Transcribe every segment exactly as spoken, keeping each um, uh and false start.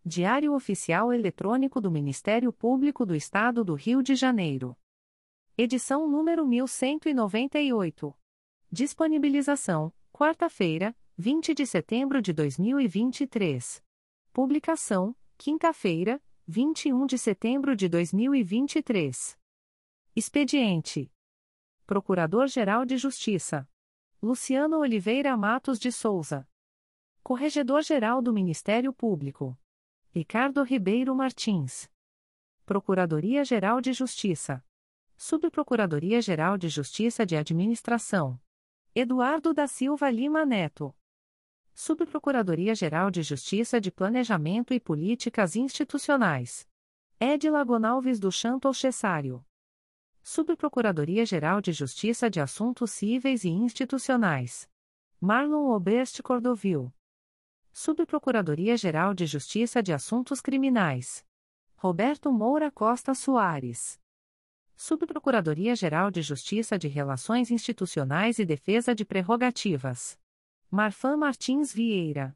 Diário Oficial Eletrônico do Ministério Público do Estado do Rio de Janeiro. Edição número mil cento e noventa e oito. Disponibilização: quarta-feira, vinte de setembro de dois mil e vinte e três. Publicação: quinta-feira, vinte e um de setembro de dois mil e vinte e três. Expediente: Procurador-Geral de Justiça Luciano Oliveira Matos de Souza. Corregedor-Geral do Ministério Público Ricardo Ribeiro Martins. Procuradoria-Geral de Justiça. Subprocuradoria-Geral de Justiça de Administração. Eduardo da Silva Lima Neto. Subprocuradoria-Geral de Justiça de Planejamento e Políticas Institucionais. Edila Gonalves do Chanto Cessário. Subprocuradoria-Geral de Justiça de Assuntos Cíveis e Institucionais. Marlon Oberst Cordovil. Subprocuradoria-Geral de Justiça de Assuntos Criminais. Roberto Moura Costa Soares. Subprocuradoria-Geral de Justiça de Relações Institucionais e Defesa de Prerrogativas. Marfan Martins Vieira.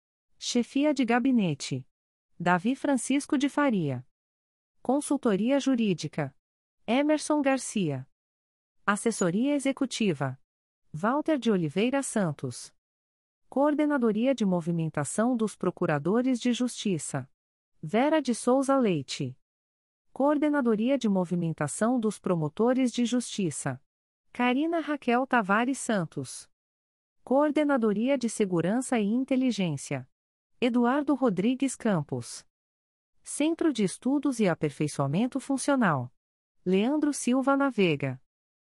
Chefia de Gabinete: Davi Francisco de Faria. Consultoria Jurídica: Emerson Garcia. Assessoria Executiva: Walter de Oliveira Santos. Coordenadoria de Movimentação dos Procuradores de Justiça: Vera de Souza Leite. Coordenadoria de Movimentação dos Promotores de Justiça: Carina Raquel Tavares Santos. Coordenadoria de Segurança e Inteligência: Eduardo Rodrigues Campos. Centro de Estudos e Aperfeiçoamento Funcional: Leandro Silva Navega.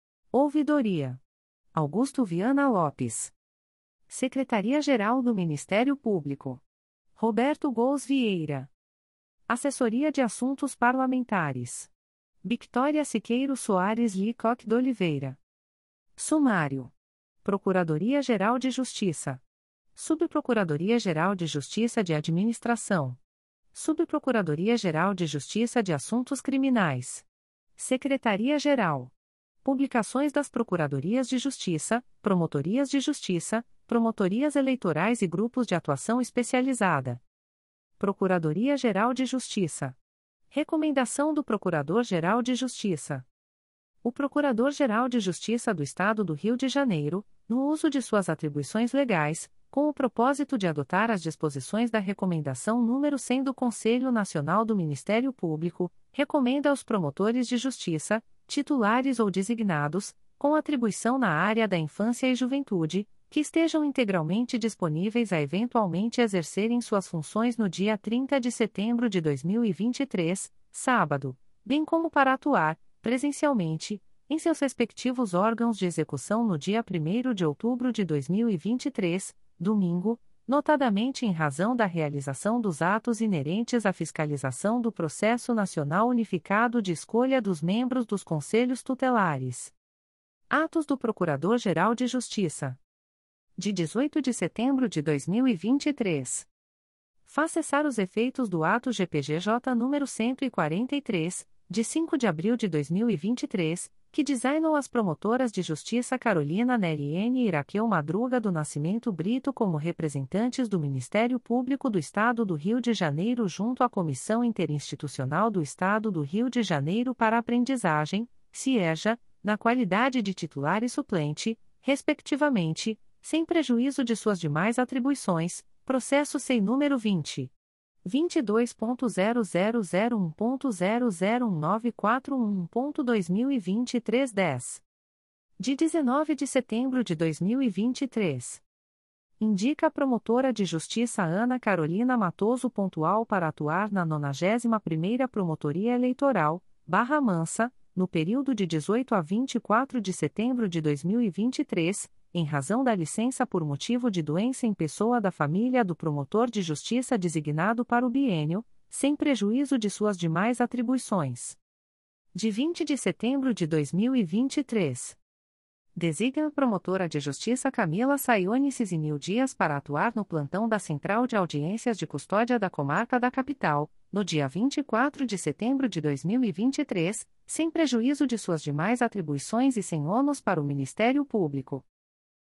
Ouvidoria: Augusto Viana Lopes. Secretaria-Geral do Ministério Público: Roberto Gous Vieira. Assessoria de Assuntos Parlamentares: Victória Siqueiro Soares Licoque de Oliveira. Sumário: Procuradoria-Geral de Justiça. Subprocuradoria-Geral de Justiça de Administração. Subprocuradoria-Geral de Justiça de Assuntos Criminais. Secretaria-Geral. Publicações das Procuradorias de Justiça, Promotorias de Justiça, Promotorias Eleitorais e Grupos de Atuação Especializada. Procuradoria-Geral de Justiça. Recomendação do Procurador-Geral de Justiça. O Procurador-Geral de Justiça do Estado do Rio de Janeiro, no uso de suas atribuições legais, com o propósito de adotar as disposições da Recomendação número cem do Conselho Nacional do Ministério Público, recomenda aos promotores de justiça, titulares ou designados, com atribuição na área da infância e juventude, que estejam integralmente disponíveis a eventualmente exercerem suas funções no dia trinta de setembro de dois mil e vinte e três, sábado, bem como para atuar, presencialmente, em seus respectivos órgãos de execução no dia primeiro de outubro de dois mil e vinte e três, domingo, notadamente em razão da realização dos atos inerentes à fiscalização do Processo Nacional Unificado de Escolha dos Membros dos Conselhos Tutelares. Atos do Procurador-Geral de Justiça. De dezoito de setembro de dois mil e vinte e três. Faz cessar os efeitos do ato G P G J número cento e quarenta e três, de cinco de abril de dois mil e vinte e três, que designou as promotoras de justiça Carolina Neriene e Iraqueu Madruga do Nascimento Brito como representantes do Ministério Público do Estado do Rio de Janeiro junto à Comissão Interinstitucional do Estado do Rio de Janeiro para a Aprendizagem, CIEJA, na qualidade de titular e suplente, respectivamente, sem prejuízo de suas demais atribuições, processo S E I número vinte. vinte e dois ponto zero zero zero um ponto zero zero um nove quatro um ponto dois mil e vinte e três dez. De dezenove de setembro de dois mil e vinte e três. Indica a promotora de justiça Ana Carolina Matoso pontual para atuar na nonagésima primeira Promotoria Eleitoral, Barra Mansa, no período de dezoito a vinte e quatro de setembro de dois mil e vinte e três, em razão da licença por motivo de doença em pessoa da família do promotor de justiça designado para o biênio, sem prejuízo de suas demais atribuições. De vinte de setembro de dois mil e vinte e três. Designa a promotora de justiça Camila Saione Cisinil Dias para atuar no plantão da Central de Audiências de Custódia da Comarca da Capital, no dia vinte e quatro de setembro de dois mil e vinte e três, sem prejuízo de suas demais atribuições e sem ônus para o Ministério Público.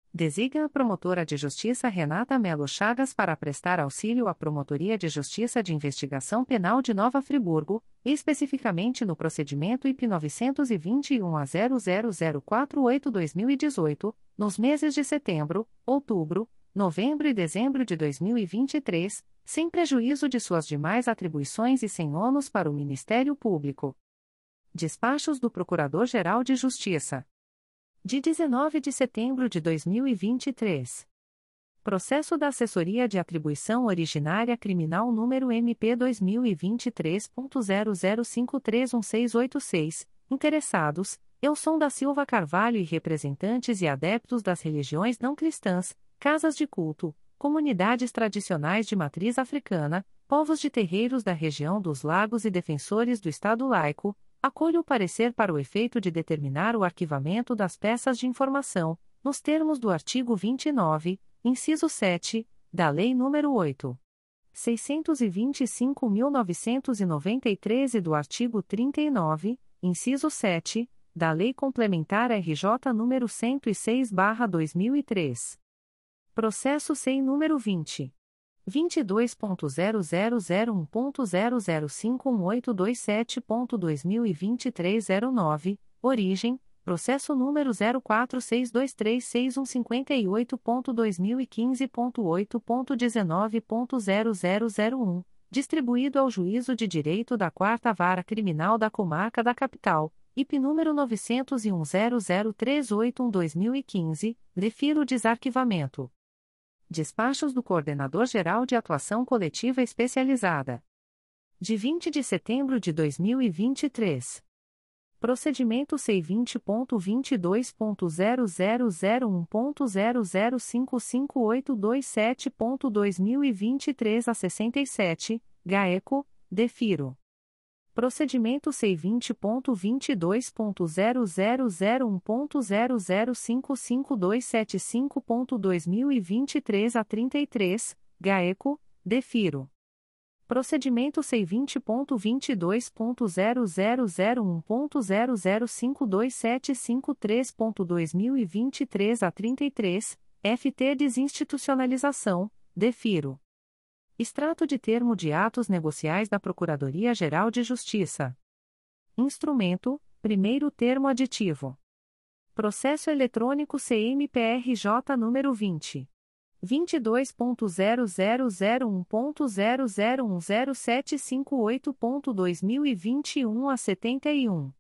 Designa a promotora de justiça Renata Melo Chagas para prestar auxílio à Promotoria de Justiça de Investigação Penal de Nova Friburgo, especificamente no procedimento I P novecentos e vinte e um a zero zero zero quatro oito barra dois mil e dezoito, nos meses de setembro, outubro, novembro e dezembro de dois mil e vinte e três, sem prejuízo de suas demais atribuições e sem ônus para o Ministério Público. Despachos do Procurador-Geral de Justiça. De dezenove de setembro de dois mil e vinte e três. Processo da Assessoria de Atribuição Originária Criminal número M P dois mil e vinte e três ponto zero zero cinco três um seis oito seis, interessados, Elson da Silva Carvalho e representantes e adeptos das religiões não cristãs, casas de culto, comunidades tradicionais de matriz africana, povos de terreiros da região dos lagos e defensores do Estado laico, acolho o parecer para o efeito de determinar o arquivamento das peças de informação, nos termos do artigo vinte e nove, inciso sete, da Lei nº oito mil seiscentos e vinte e cinco mil novecentos e noventa e três e do artigo trinta e nove, inciso sete, da Lei Complementar R J nº cento e seis barra dois mil e três. Processo S E I número vinte. vinte e dois ponto zero zero zero um ponto zero zero cinco um oito dois sete ponto dois mil e vinte e três zero nove, origem, processo número zero quatro seis dois três seis um cinco oito ponto dois mil e quinze ponto oito ponto dezenove ponto zero zero zero um, distribuído ao Juízo de Direito da quarta Vara Criminal da Comarca da Capital, I P número nove zero um zero zero três oito um barra dois mil e quinze, defiro o desarquivamento. Despachos do Coordenador-Geral de Atuação Coletiva Especializada. De vinte de setembro de dois mil e vinte e três. Procedimento C vinte ponto vinte e dois ponto zero zero zero um ponto zero zero cinco cinco oito dois sete ponto dois mil e vinte e três a sessenta e sete, GAECO, defiro. Procedimento C vinte ponto vinte e dois ponto zero zero zero um ponto zero zero cinco cinco dois sete cinco ponto dois mil e vinte e três a trinta e três, GAECO, defiro. Procedimento C vinte ponto vinte e dois ponto zero zero zero um ponto zero zero cinco dois sete cinco três ponto dois mil e vinte e três a trinta e três, F T Desinstitucionalização, defiro. Extrato de termo de atos negociais da Procuradoria-Geral de Justiça. Instrumento: primeiro termo aditivo. Processo eletrônico C M P R J número vinte. vinte e dois ponto zero zero zero um ponto zero zero um zero sete cinco oito ponto dois mil e vinte e um a setenta e um.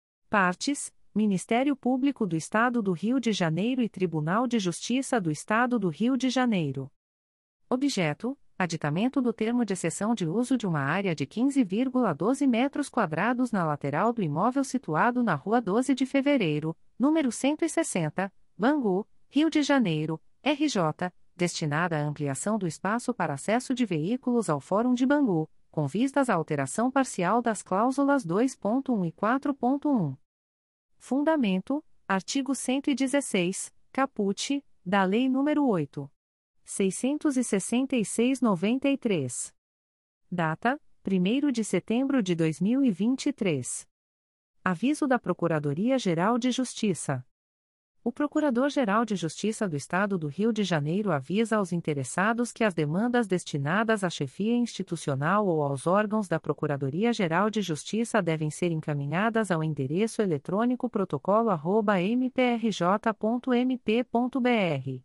Partes: Ministério Público do Estado do Rio de Janeiro e Tribunal de Justiça do Estado do Rio de Janeiro. Objeto: aditamento do termo de cessão de uso de uma área de quinze vírgula doze metros quadrados na lateral do imóvel situado na Rua doze de Fevereiro, número cento e sessenta, Bangu, Rio de Janeiro, R J, destinada à ampliação do espaço para acesso de veículos ao Fórum de Bangu, com vistas à alteração parcial das cláusulas dois ponto um e quatro ponto um. Fundamento: artigo cento e dezesseis, caput, da Lei nº oito mil seiscentos e sessenta e seis barra noventa e três. Data: primeiro de setembro de dois mil e vinte e três. Aviso da Procuradoria-Geral de Justiça. O Procurador-Geral de Justiça do Estado do Rio de Janeiro avisa aos interessados que as demandas destinadas à chefia institucional ou aos órgãos da Procuradoria-Geral de Justiça devem ser encaminhadas ao endereço eletrônico protocolo arroba m p r j ponto m p ponto b r.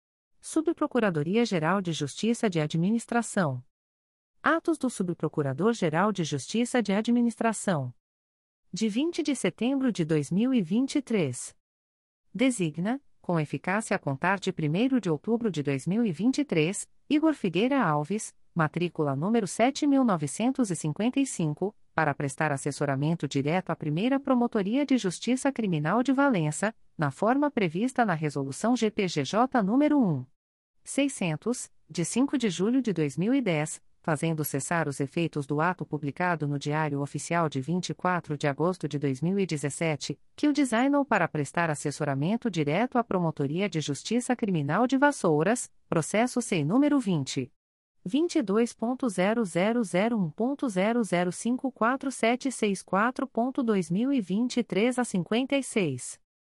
Subprocuradoria-Geral de Justiça de Administração. Atos do Subprocurador-Geral de Justiça de Administração. De vinte de setembro de dois mil e vinte e três. Designa, com eficácia a contar de primeiro de outubro de dois mil e vinte e três, Igor Figueira Alves, matrícula número sete mil novecentos e cinquenta e cinco, para prestar assessoramento direto à primeira Promotoria de Justiça Criminal de Valença, na forma prevista na Resolução G P G J nº um mil seiscentos, de cinco de julho de dois mil e dez, fazendo cessar os efeitos do ato publicado no Diário Oficial de vinte e quatro de agosto de dois mil e dezessete, que o designou para prestar assessoramento direto à Promotoria de Justiça Criminal de Vassouras, processo S E I número vinte. vinte e dois ponto zero zero zero um ponto zero zero cinco quatro sete seis quatro ponto dois mil e vinte e três a cinquenta e seis.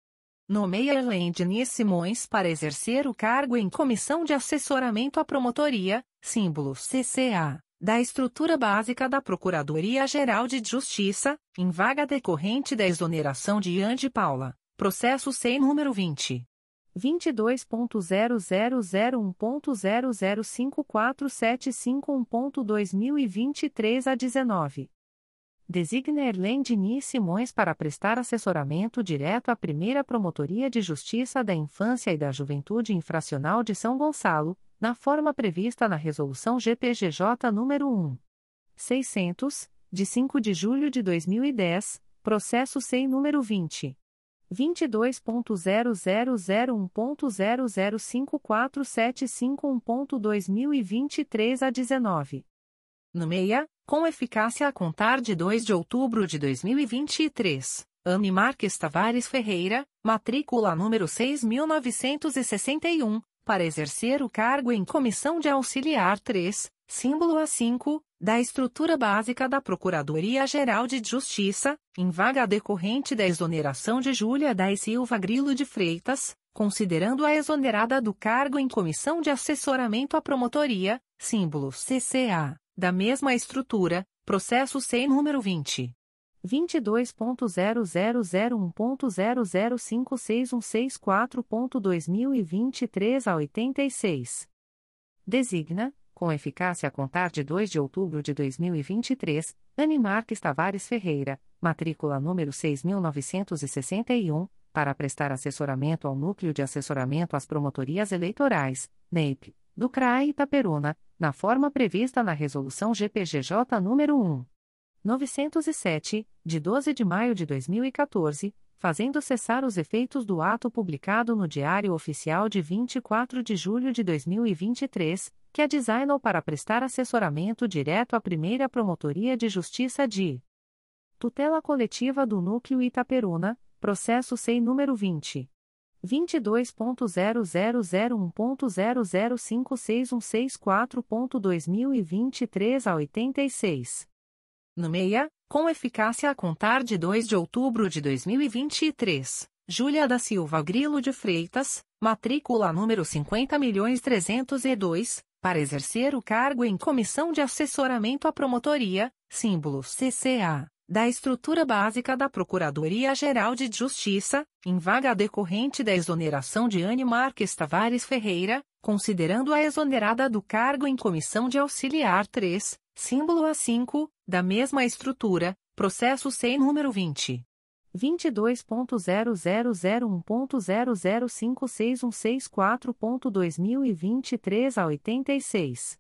Nomeia Elaine Diniz Simões para exercer o cargo em Comissão de Assessoramento à Promotoria, símbolo C C A, da Estrutura Básica da Procuradoria-Geral de Justiça, em vaga decorrente da exoneração de Ian de Paula, processo S E I número vinte. vinte e dois ponto zero zero zero um ponto zero zero cinco quatro sete cinco um ponto dois mil e vinte e três a dezenove. Designa Erlen Diniz Simões para prestar assessoramento direto à Primeira Promotoria de Justiça da Infância e da Juventude Infracional de São Gonçalo, na forma prevista na Resolução G P G J nº um mil seiscentos, de cinco de julho de dois mil e dez, processo S E I número vinte. vinte e dois ponto zero zero zero um ponto zero zero cinco quatro sete cinco um ponto dois mil e vinte e três a dezenove. Nomeia, com eficácia a contar de dois de outubro de dois mil e vinte e três, Anne Marques Tavares Ferreira, matrícula número seis mil novecentos e sessenta e um, para exercer o cargo em Comissão de Auxiliar três, símbolo A cinco, da Estrutura Básica da Procuradoria-Geral de Justiça, em vaga decorrente da exoneração de Júlia da Silva Grilo de Freitas, considerando a exonerada do cargo em Comissão de Assessoramento à Promotoria, símbolo C C A, da mesma estrutura, processo S E I número vinte. vinte e dois ponto zero zero zero um ponto zero zero cinco seis um seis quatro ponto dois mil e vinte e três a oitenta e seis. Designa, com eficácia a contar de dois de outubro de dois mil e vinte e três, Anne Marques Tavares Ferreira, matrícula número seis mil novecentos e sessenta e um, para prestar assessoramento ao Núcleo de Assessoramento às Promotorias Eleitorais, N E P, do CRAE Itaperuna, na forma prevista na Resolução G P G J nº um mil novecentos e sete, de doze de maio de dois mil e quatorze, fazendo cessar os efeitos do ato publicado no Diário Oficial de vinte e quatro de julho de dois mil e vinte e três, que a designou para prestar assessoramento direto à Primeira Promotoria de Justiça de Tutela Coletiva do Núcleo Itaperuna, processo S E I número vinte. vinte e dois ponto zero zero zero um ponto zero zero cinco seis um seis quatro ponto dois mil e vinte e três a oitenta e seis. Nomeia, com eficácia a contar de dois de outubro de dois mil e vinte e três, Júlia da Silva Grilo de Freitas, matrícula número cinquenta milhões trezentos e dois, para exercer o cargo em Comissão de Assessoramento à Promotoria, símbolo C C A, da Estrutura Básica da Procuradoria-Geral de Justiça, em vaga decorrente da exoneração de Anne Marques Tavares Ferreira, considerando a exonerada do cargo em Comissão de Auxiliar três, símbolo A cinco, da mesma estrutura, processo S E I número vinte. vinte e dois ponto zero zero zero um ponto zero zero cinco seis um seis quatro ponto dois mil e vinte e três a oitenta e seis.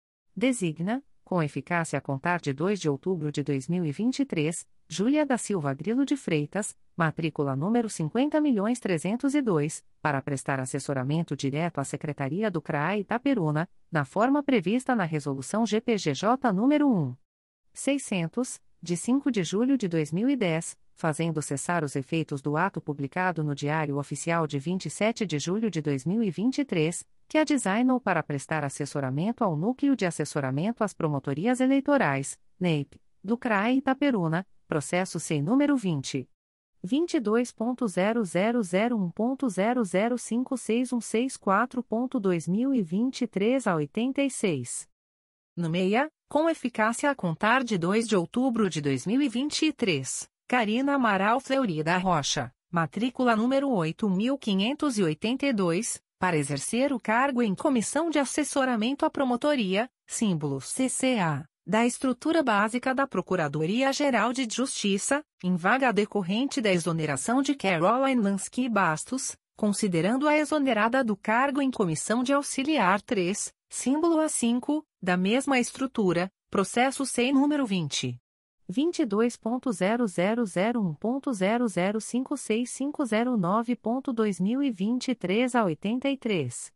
Designa, com eficácia a contar de dois de outubro de dois mil e vinte e três, Júlia da Silva Grilo de Freitas, matrícula número cinquenta milhões trezentos e dois, para prestar assessoramento direto à Secretaria do CRAE Itaperuna, na forma prevista na Resolução G P G J nº um mil seiscentos, de cinco de julho de dois mil e dez, fazendo cessar os efeitos do ato publicado no Diário Oficial de vinte e sete de julho de dois mil e vinte e três, que a designou para prestar assessoramento ao Núcleo de Assessoramento às Promotorias Eleitorais, N E P, do CRAE Itaperuna, processo S E I número vinte. vinte e dois ponto zero zero zero um ponto zero zero cinco seis um seis quatro ponto dois mil e vinte e três a oitenta e seis. Nomeia, com eficácia a contar de dois de outubro de dois mil e vinte e três, Karina Amaral Fleury da Rocha, matrícula número oito mil quinhentos e oitenta e dois, para exercer o cargo em Comissão de Assessoramento à Promotoria, símbolo C C A, da Estrutura Básica da Procuradoria-Geral de Justiça, em vaga decorrente da exoneração de Caroline Lansky Bastos, considerando a exonerada do cargo em Comissão de Auxiliar três, símbolo A cinco, da mesma estrutura, processo S E I número vinte. vinte e dois ponto zero zero zero um ponto zero zero cinco seis cinco zero nove ponto dois mil e vinte e três a oitenta e três.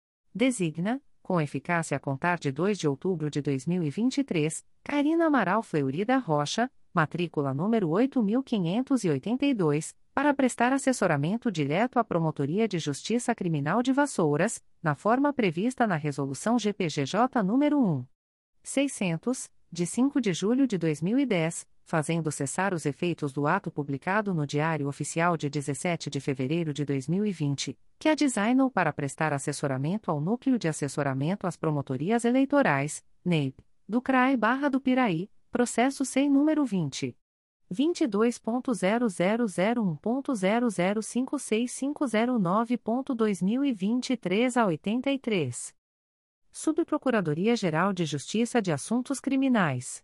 Designa, com eficácia a contar de dois de outubro de dois mil e vinte e três, Karina Amaral Fleury da Rocha, matrícula número oito mil quinhentos e oitenta e dois, para prestar assessoramento direto à Promotoria de Justiça Criminal de Vassouras, na forma prevista na Resolução G P G J nº um mil seiscentos, de cinco de julho de dois mil e dez, fazendo cessar os efeitos do ato publicado no Diário Oficial de dezessete de fevereiro de dois mil e vinte, que a designou para prestar assessoramento ao Núcleo de Assessoramento às Promotorias Eleitorais, N E I P, do C R A E Barra do Piraí, processo S E I número vinte. vinte e dois ponto zero zero zero um ponto zero zero cinco seis cinco zero nove ponto dois mil e vinte e três a oitenta e três. Subprocuradoria-Geral de Justiça de Assuntos Criminais.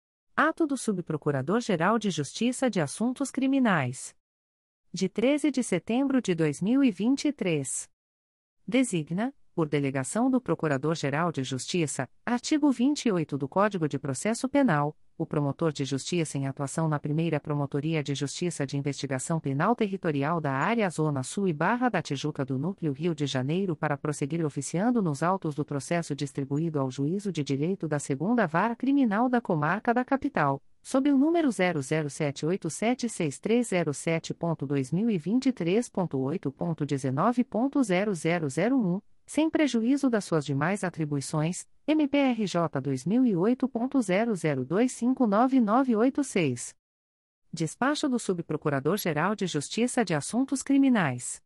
Ato do Subprocurador-Geral de Justiça de Assuntos Criminais. De treze de setembro de dois mil e vinte e três. Designa, por delegação do Procurador-Geral de Justiça, artigo vinte e oito do Código de Processo Penal, o promotor de justiça em atuação na primeira Promotoria de Justiça de Investigação Penal Territorial da Área Zona Sul e Barra da Tijuca do Núcleo Rio de Janeiro para prosseguir oficiando nos autos do processo distribuído ao Juízo de Direito da segunda Vara Criminal da Comarca da Capital, sob o número zero zero sete oito sete seis três zero sete ponto dois mil e vinte e três ponto oito ponto dezenove ponto zero zero zero um, sem prejuízo das suas demais atribuições, M P R J dois mil e oito ponto zero zero dois cinco nove nove oito seis. Despacho do Subprocurador-Geral de Justiça de Assuntos Criminais.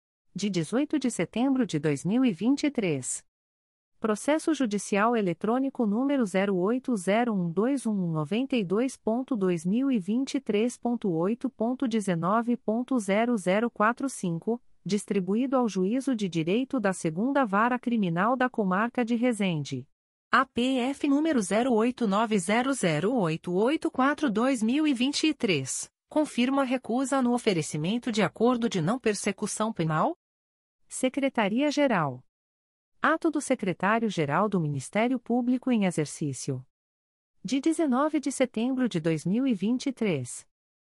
De dezoito de setembro de dois mil e vinte e três. Processo Judicial Eletrônico número zero oito zero um dois um nove dois ponto dois mil e vinte e três ponto oito ponto dezenove ponto zero zero quatro cinco, distribuído ao Juízo de Direito da segunda Vara Criminal da Comarca de Resende. A P F número zero oito nove zero zero oito oito quatro barra dois mil e vinte e três, confirma recusa no oferecimento de acordo de não persecução penal? Secretaria-Geral. Ato do Secretário-Geral do Ministério Público em exercício. De dezenove de setembro de dois mil e vinte e três.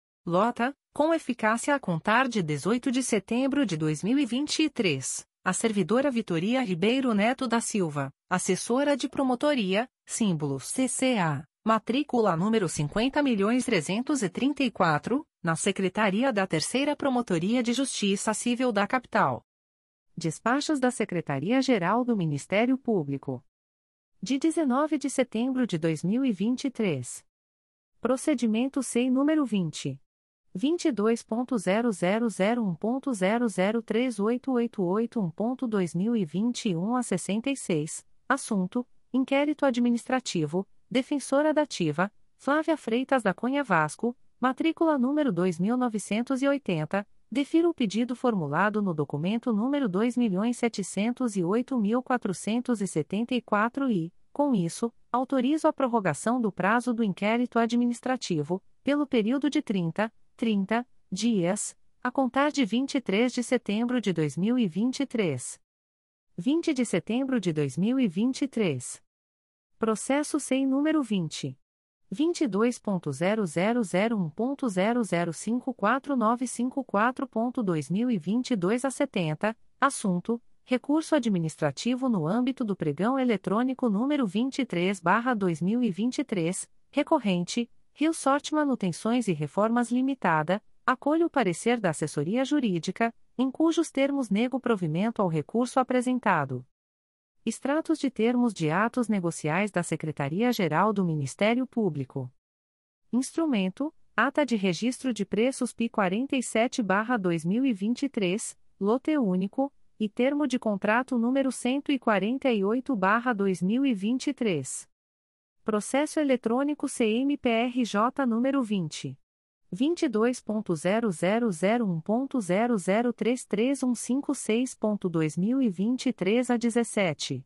Lota, com eficácia a contar de dezoito de setembro de dois mil e vinte e três, a servidora Vitoria Ribeiro Neto da Silva, assessora de promotoria, símbolo C C A, matrícula número cinquenta milhões trezentos e trinta e quatro, na Secretaria da Terceira Promotoria de Justiça Civil da Capital. Despachos da Secretaria-Geral do Ministério Público. De dezenove de setembro de dois mil e vinte e três. Procedimento S E I número vinte. vinte e dois ponto zero zero zero um ponto zero zero três oito oito oito um ponto dois mil e vinte e um a sessenta e seis, assunto, inquérito administrativo, defensora dativa, Flávia Freitas da Cunha Vasco, matrícula número dois mil novecentos e oitenta, defiro o pedido formulado no documento número dois milhões setecentos e oito mil quatrocentos e setenta e quatro e, com isso, autorizo a prorrogação do prazo do inquérito administrativo, pelo período de trinta, trinta dias, a contar de vinte e três de setembro de dois mil e vinte e três. vinte de setembro de dois mil e vinte e três. Processo S E I número vinte. vinte e dois ponto zero zero zero um ponto zero zero cinco quatro nove cinco quatro ponto dois mil e vinte e dois a setenta, assunto, recurso administrativo no âmbito do pregão eletrônico número vinte e três barra dois mil e vinte e três, recorrente, Rio Sorte Manutenções e Reformas Limitada, acolho o parecer da assessoria jurídica, em cujos termos nego provimento ao recurso apresentado. Extratos de termos de atos negociais da Secretaria-Geral do Ministério Público. Instrumento: Ata de Registro de Preços P quarenta e sete barra dois mil e vinte e três, lote único, e termo de contrato número cento e quarenta e oito barra dois mil e vinte e três. Processo eletrônico C M P R J número vinte. vinte e dois ponto zero zero zero um ponto zero zero três três um cinco seis ponto dois mil e vinte e três a dezessete.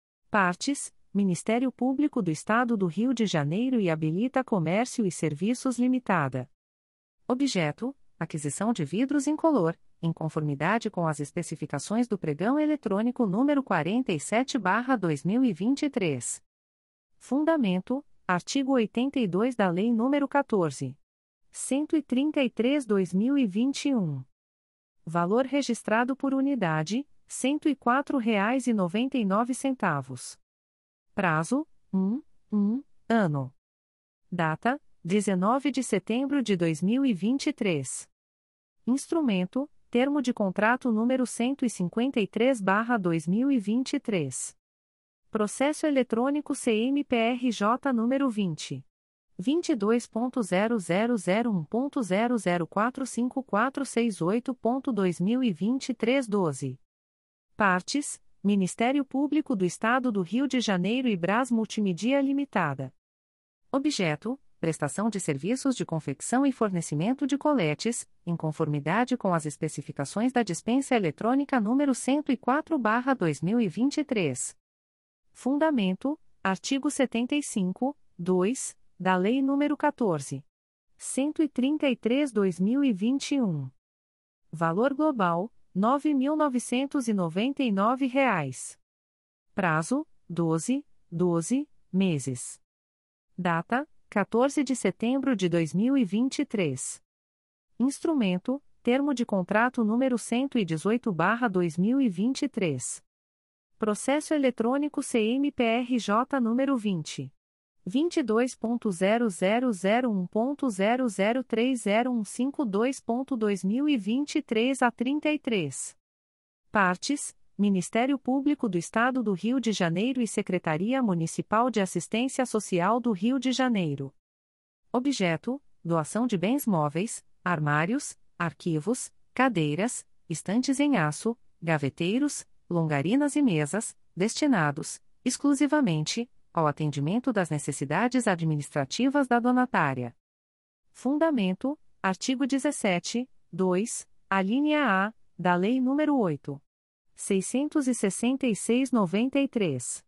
Partes: Ministério Público do Estado do Rio de Janeiro e Habilita Comércio e Serviços Limitada. Objeto: aquisição de vidros incolor, em conformidade com as especificações do pregão eletrônico número quarenta e sete barra dois mil e vinte e três. Fundamento: artigo oitenta e dois da Lei nº quatorze. cento e trinta e três barra dois mil e vinte e um. Valor registrado por unidade: cento e quatro reais e noventa e nove centavos. Prazo: um, um, ano. Data: dezenove de setembro de dois mil e vinte e três. Instrumento: termo de contrato número cento e cinquenta e três barra dois mil e vinte e três. Processo eletrônico C M P R J número vinte. vinte e dois ponto zero zero zero um ponto zero zero quatro cinco quatro seis oito ponto dois mil e vinte e três doze. Partes: Ministério Público do Estado do Rio de Janeiro e Brás Multimídia Limitada. Objeto: prestação de serviços de confecção e fornecimento de coletes, em conformidade com as especificações da Dispensa Eletrônica número cento e quatro barra dois mil e vinte e três. Fundamento: artigo setenta e cinco, dois, da Lei nº quatorze. cento e trinta e três barra dois mil e vinte e um. Valor global: nove mil novecentos e noventa e nove reais. Prazo: doze, doze, meses. Data: quatorze de setembro de dois mil e vinte e três. Instrumento: termo de contrato número cento e dezoito barra dois mil e vinte e três. Processo eletrônico C M P R J número vinte. vinte e dois ponto zero zero zero um ponto zero zero três zero um cinco dois ponto dois mil e vinte e três a trinta e três. Partes: Ministério Público do Estado do Rio de Janeiro e Secretaria Municipal de Assistência Social do Rio de Janeiro. Objeto: doação de bens móveis, armários, arquivos, cadeiras, estantes em aço, gaveteiros, longarinas e mesas, destinados, exclusivamente, ao atendimento das necessidades administrativas da donatária. Fundamento: artigo dezessete, dois, alínea A, da Lei nº oito mil seiscentos e sessenta e seis barra noventa e três.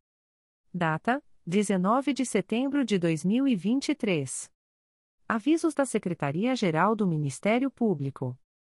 Data: dezenove de setembro de dois mil e vinte e três. Avisos da Secretaria-Geral do Ministério Público.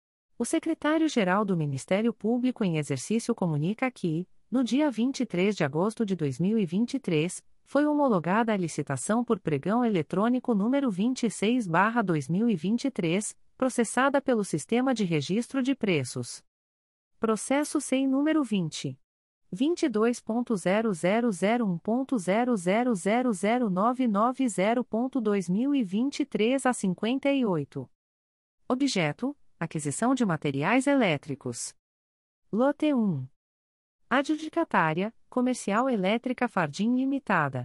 O secretário-geral do Ministério Público em exercício comunica que, no dia vinte e três de agosto de dois mil e vinte e três, foi homologada a licitação por pregão eletrônico número vinte e seis barra dois mil e vinte e três, processada pelo Sistema de Registro de Preços. Processo S E I número vinte. vinte e dois ponto zero zero zero um ponto zero zero zero zero nove nove zero ponto dois mil e vinte e três a cinquenta e oito. Objeto: aquisição de materiais elétricos. Lote um. Adjudicatária: Comercial Elétrica Fardim Limitada.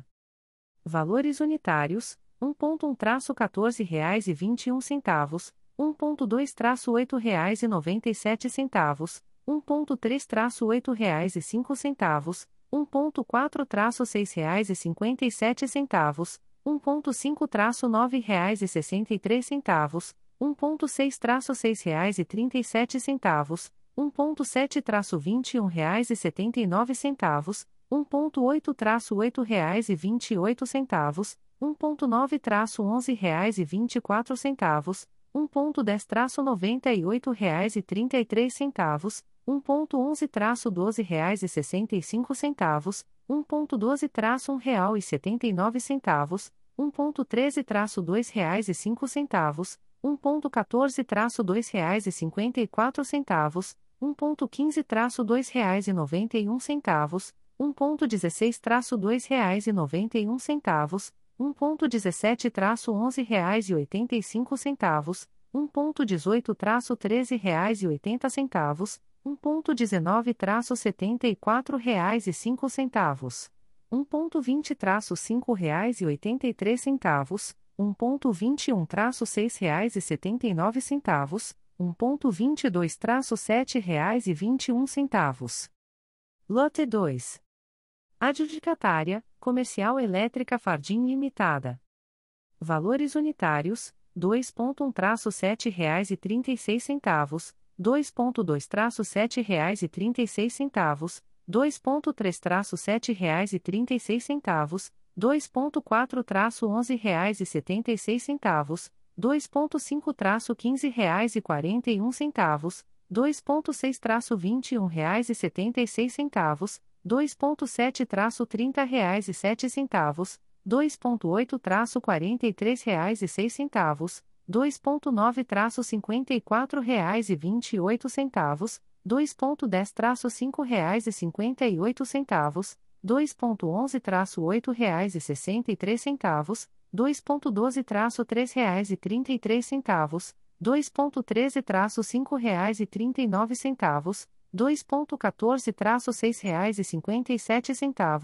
Valores unitários: um ponto um traço quatorze reais e vinte e um centavos, um ponto dois traço oito reais e noventa e sete centavos, um ponto três traço oito reais e cinco centavos, um ponto quatro traço seis reais e cinquenta e sete centavos, um ponto cinco traço nove reais e sessenta e três centavos, um ponto seis traço seis reais e trinta e sete centavos, um ponto sete traço vinte e um reais e setenta e nove centavos, um ponto oito traço oito reais e vinte e oito centavos, um ponto nove traço onze reais e vinte e quatro centavos, um ponto dez traço noventa e oito reais e trinta e três centavos, um ponto onze traço doze reais e sessenta e cinco centavos, um ponto doze traço um real e setenta e nove centavos, um ponto treze traço dois reais e cinco centavos, um ponto quatorze traço dois reais e cinquenta e quatro centavos, um ponto quinze traço dois reais e noventa e um centavos, um ponto dezesseis traço dois reais e noventa e um centavos, um ponto dezessete traço onze reais e oitenta e cinco centavos, um ponto dezoito traço treze reais e oitenta centavos, um ponto dezenove traço setenta e quatro reais e cinco centavos, um ponto vinte traço cinco reais e oitenta e três centavos, um ponto vinte e um traço seis reais e setenta e nove centavos, um ponto vinte e dois traço sete reais e vinte e um centavos. Lote dois. Adjudicatária: Comercial Elétrica Fardim Limitada. Valores unitários: dois ponto um traço sete reais e trinta e seis centavos, dois ponto dois traço sete reais e trinta e seis centavos, dois ponto três traço sete reais e trinta e seis centavos, dois ponto quatro traço onze reais e setenta e seis centavos, dois ponto cinco traço quinze reais e quarenta e um centavos, dois ponto seis traço vinte e um reais e setenta e seis centavos, dois ponto sete traço trinta reais e sete centavos, dois ponto oito traço quarenta e três reais e seis centavos, dois ponto nove traço cinquenta e quatro reais e vinte e oito centavos, dois ponto dez traço cinco reais e cinquenta e oito centavos, dois ponto onze traço oito reais e sessenta e três centavos, dois ponto doze traço três reais e trinta e três centavos, dois ponto treze traço cinco reais e trinta e nove centavos, dois ponto quatorze traço seis reais e cinquenta e sete centavos,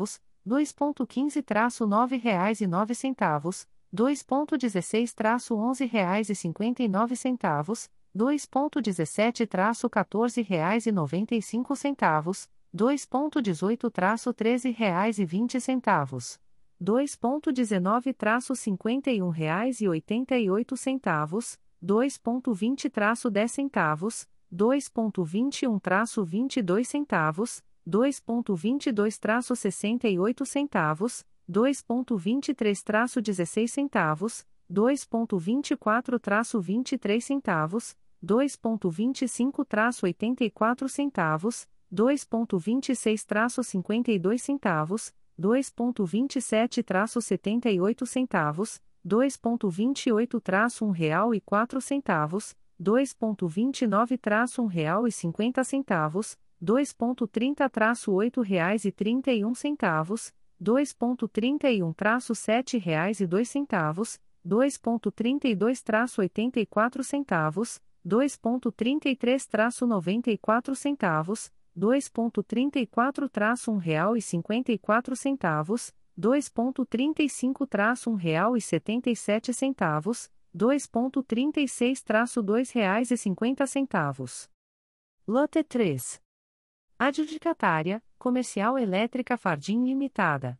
dois reais e quinze centavos, nove reais e nove centavos, dois reais e dezesseis centavos, onze reais e cinquenta e nove centavos, dois reais e dezessete centavos, quatorze reais e noventa e cinco centavos, dois reais e dezoito centavos, treze reais e vinte centavos, dois reais e dezenove centavos, cinquenta e um reais e oitenta e oito centavos, dois reais e vinte centavos, dez centavos, dois reais e vinte e um centavos, vinte e dois centavos, dois reais e vinte e dois centavos, sessenta e oito centavos, dois reais e vinte e três centavos, dezesseis centavos, dois reais e vinte e quatro centavos, vinte e três centavos, dois reais e vinte e cinco centavos, oitenta e quatro centavos, dois reais e vinte e seis centavos, cinquenta e dois centavos, dois reais e vinte e sete centavos, setenta e oito centavos, dois reais e vinte e oito centavos, um real e quatro centavos, dois reais e vinte e nove centavos, um real e cinquenta centavos, dois reais e trinta centavos, oito reais e trinta e um centavos, dois reais e trinta e um centavos, sete reais e dois centavos, dois reais e trinta e dois centavos, oitenta e quatro centavos, dois reais e trinta e três centavos, noventa e quatro centavos, dois reais e trinta e quatro centavos, um real e cinquenta e quatro centavos, dois reais e trinta e cinco centavos, um real e setenta e sete centavos, dois reais e trinta e seis centavos, dois reais e cinquenta centavos. Lote três. Adjudicatária, Comercial Elétrica Fardim Limitada.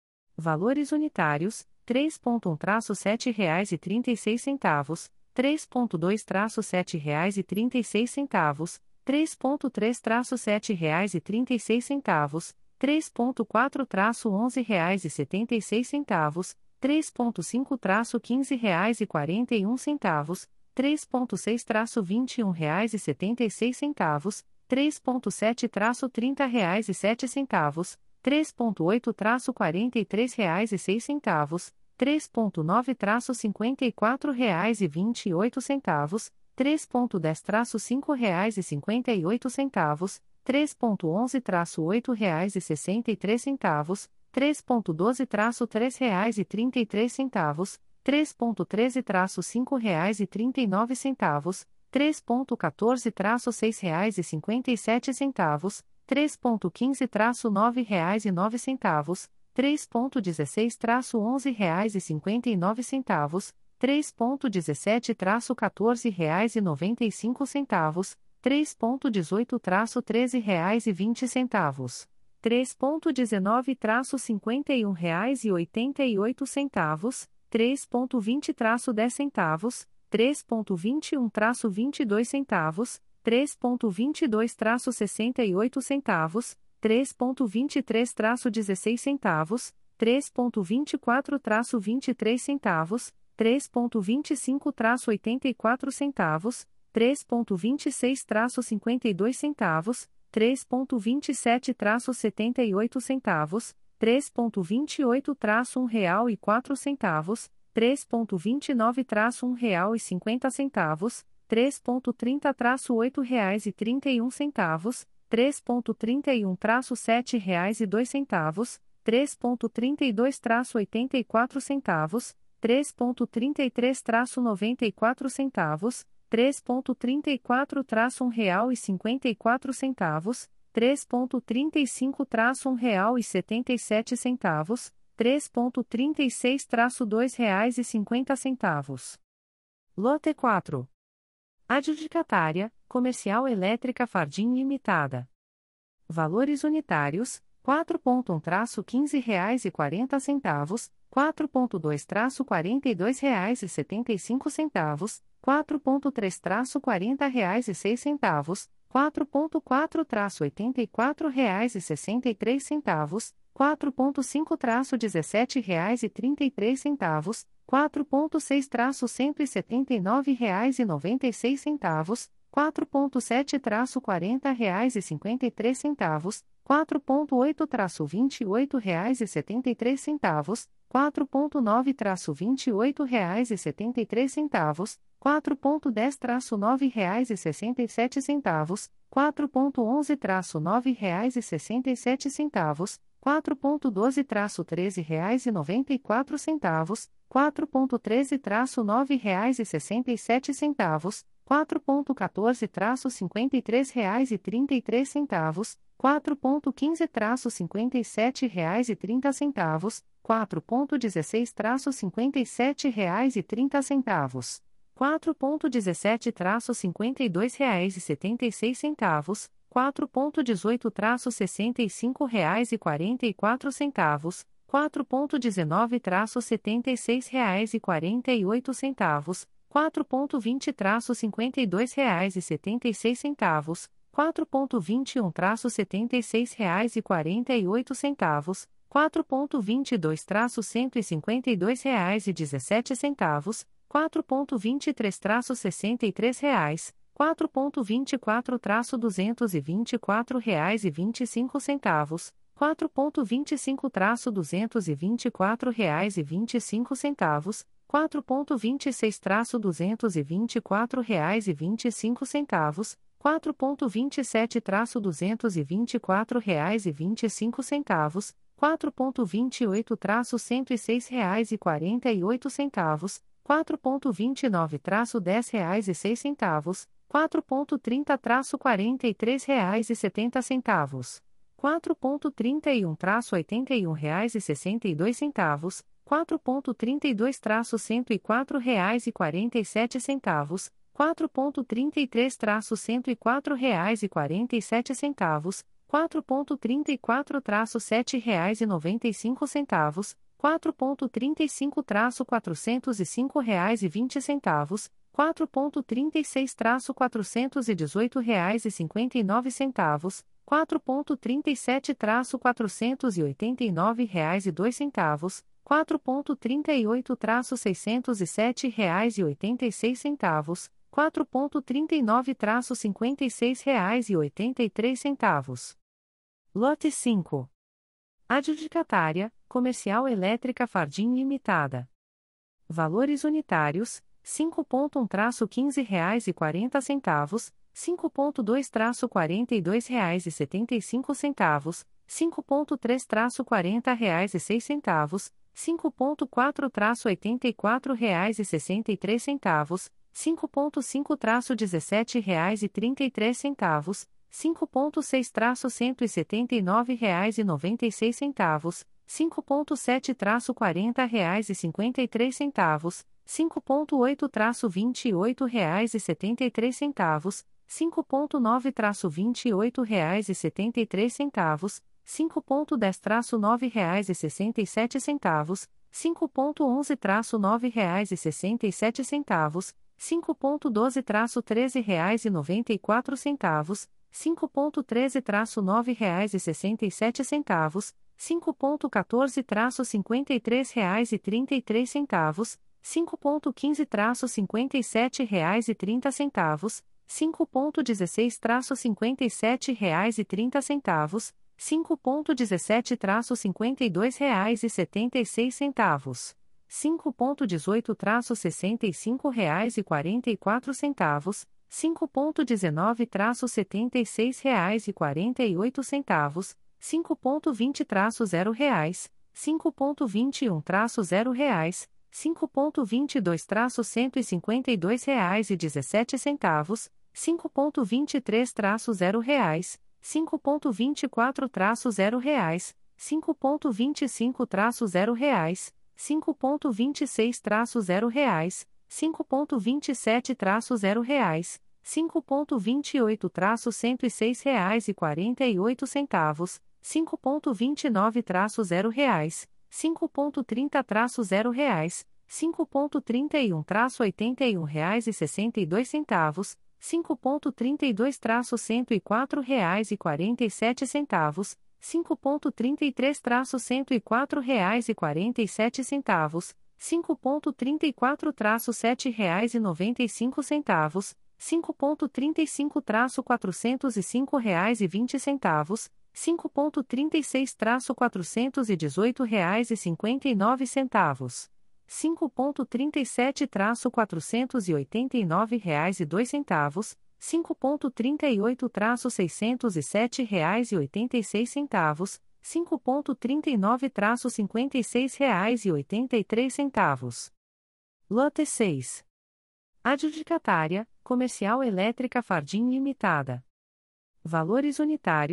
Valores unitários, três ponto um, sete reais e trinta e seis centavos, três ponto dois, sete reais e trinta e seis centavos, três ponto três, sete reais e trinta e seis centavos, três ponto quatro, onze reais e setenta e seis centavos, três ponto cinco, quinze reais e quarenta e um centavos, três ponto seis, vinte e um reais e setenta e seis centavos, três ponto sete, trinta reais e sete centavos, três ponto oito, quarenta e três reais e seis centavos, três ponto nove, cinquenta e quatro reais e vinte e oito centavos, três ponto dez, cinco reais e cinquenta e oito centavos, três ponto onze, oito reais e sessenta e três centavos, três ponto doze, três reais e trinta e três centavos, três ponto treze, cinco reais e trinta e nove centavos, três ponto quatorze, seis reais e cinquenta e sete centavos, três ponto quinze, nove reais e nove centavos, três ponto dezesseis, onze reais e cinquenta e nove centavos, três ponto dezessete, quatorze reais e noventa e cinco centavos, três ponto dezoito, treze reais e vinte centavos, três ponto dezenove, cinquenta e um reais e oitenta e oito centavos, três ponto vinte, dez centavos, três ponto vinte e um, vinte e dois centavos, três ponto vinte e dois, sessenta e oito centavos, três ponto vinte e três, dezesseis centavos, três ponto vinte e quatro, vinte e três centavos, três ponto vinte e cinco, oitenta e quatro centavos, três ponto vinte e seis, cinquenta e dois centavos, três ponto vinte e sete, setenta e oito centavos, três ponto vinte e oito, um real e quatro centavos, três ponto vinte e nove, um real e cinquenta centavos, três ponto trinta, oito reais e trinta e um centavos, três ponto trinta e um, sete reais e dois centavos, três ponto trinta e dois, oitenta e quatro centavos, três ponto trinta e três, noventa e quatro centavos, três ponto trinta e quatro, um real e cinquenta e quatro centavos, três ponto trinta e cinco, um real e setenta e sete centavos, três ponto trinta e seis, dois reais e cinquenta centavos. Lote quatro. Adjudicatária, Comercial Elétrica Fardim Limitada. Valores unitários, quatro ponto um, quinze reais e quarenta centavos, quatro ponto dois, quarenta e dois reais e setenta e cinco centavos, quatro ponto três, quarenta reais e seis centavos, quatro ponto quatro, oitenta e quatro reais e sessenta e três centavos, quatro ponto cinco, dezessete reais e trinta e três centavos, quatro ponto seis, cento e setenta e nove reais e noventa e seis centavos, quatro ponto sete, quarenta reais e cinquenta e três centavos, quatro ponto oito, vinte e oito reais e setenta e três centavos, quatro ponto nove, vinte e oito reais e setenta e três centavos, quatro ponto dez, nove reais e sessenta e sete centavos, quatro ponto onze, nove reais e sessenta e sete centavos, quatro ponto doze, treze reais e noventa e quatro centavos, quatro ponto treze, nove reais e sessenta e sete centavos, quatro ponto quatorze, cinquenta e três reais e trinta e três centavos, quatro ponto quinze traço cinquenta e sete reais e trinta centavos, quatro ponto dezesseis traço cinquenta e sete reais e trinta centavos, quatro ponto dezessete traço cinquenta e dois reais e setenta e seis centavos, quatro ponto dezoito traço sessenta e cinco reais e quarenta e quatro centavos, quatro ponto dezenove traço setenta e seis reais e quarenta e oito centavos, quatro ponto vinte traço cinquenta e dois reais e setenta e seis centavos, quatro ponto vinte e um traço setenta e seis reais e quarenta e oito centavos, quatro ponto vinte e dois traço cento e cinquenta e dois reais e dezessete centavos, quatro ponto vinte e três traço sessenta e três reais, quatro ponto vinte e quatro traço duzentos e vinte e quatro reais e vinte e cinco centavos, quatro ponto vinte e cinco traço duzentos e vinte e quatro reais e vinte e cinco centavos, quatro ponto vinte e seis traço duzentos e vinte e quatro reais e vinte e cinco centavos, quatro ponto vinte e sete traço duzentos e vinte e quatro reais e vinte e cinco centavos, quatro ponto vinte e oito traço cento e seis reais e quarenta e oito centavos, quatro ponto vinte e nove traço dez reais e seis centavos, quatro ponto trinta traço quarenta e três reais e setenta centavos, quatro ponto trinta e um traço oitenta e um reais e sessenta e dois centavos, quatro ponto trinta e dois traço cento e quatro reais e quarenta e sete centavos, quatro ponto trinta e três traço cento e quatro reais e quarenta e sete centavos, quatro ponto trinta e quatro traço sete reais e noventa e cinco centavos, quatro ponto trinta e cinco traço quatrocentos e cinco reais e vinte centavos, quatro ponto trinta e seis traço quatrocentos e dezoito reais e cinquenta e nove centavos, quatro ponto trinta e sete traço quatrocentos e oitenta e nove reais e dois centavos, quatro ponto trinta e oito traço seiscentos e sete reais e oitenta e seis centavos, quatro ponto trinta e nove traço cinquenta e seis reais e oitenta e três centavos. Lote cinco. Adjudicatária, Comercial Elétrica Fardim Limitada. Valores unitários, cinco ponto um traço quinze reais e quarenta centavos, cinco ponto dois traço quarenta e dois reais e setenta e cinco centavos, cinco ponto três traço quarenta reais e seis centavos, cinco ponto quatro traço oitenta e quatro reais e sessenta e três centavos, cinco ponto cinco traço dezessete reais e trinta e três centavos, cinco ponto seis traço cento e setenta e nove reais e noventa e seis centavos, cinco ponto sete traço quarenta reais e cinquenta e três centavos, cinco ponto oito traço vinte e oito reais e setenta e três centavos, cinco ponto nove traço vinte e oito reais e setenta e três centavos, cinco ponto dez traço nove reais e sessenta e sete centavos, cinco ponto onze traço nove reais e sessenta e sete centavos, cinco ponto doze traço treze reais e noventa e quatro centavos, cinco ponto treze traço nove reais e sessenta e sete centavos, cinco ponto quatorze traço cinquenta e três reais e trinta e três centavos, cinco ponto quinze traço cinquenta e sete reais e trinta centavos, cinco ponto dezesseis traço cinquenta e sete reais e trinta centavos, cinco ponto dezessete traço cinquenta e dois reais e setenta e seis centavos, cinco ponto dezoito traço sessenta e cinco reais e quarenta e quatro centavos, cinco ponto dezenove traço setenta e seis reais e quarenta e oito centavos, cinco ponto vinte traço zero reais, cinco ponto vinte e um traço zero reais, cinco ponto vinte e dois traço cento e cinquenta e dois reais e dezessete centavos, cinco ponto vinte e três traço zero reais, cinco ponto vinte e quatro traço zero reais, cinco ponto vinte e cinco traço zero reais, cinco ponto vinte e seis traço zero reais, cinco ponto vinte e sete traço zero reais, cinco ponto vinte e oito traço cento e seis reais e quarenta e oito centavos, cinco ponto vinte e nove traço zero reais, cinco ponto trinta traço zero reais, cinco ponto trinta e um traço oitenta e um reais e sessenta e dois centavos, cinco ponto trinta e dois traço cento e quatro reais e quarenta e sete centavos, cinco ponto trinta e três traço cento e quatro reais e quarenta e sete centavos, cinco ponto trinta e quatro traço sete reais e noventa e cinco centavos, cinco ponto trinta e cinco traço quatrocentos e cinco reais e vinte centavos, cinco ponto trinta e seis traço quatrocentos e dezoito reais e cinquenta e nove centavos, cinco ponto trinta e sete traço quatrocentos e oitenta e nove reais e dois centavos, cinco ponto trinta e oito traço seiscentos e sete reais e oitenta e seis centavos, cinco ponto trinta e nove traço cinquenta e seis reais e oitenta e três centavos. Lote seis. Adjudicatária, Comercial Elétrica Fardim Limitada. Valores unitários,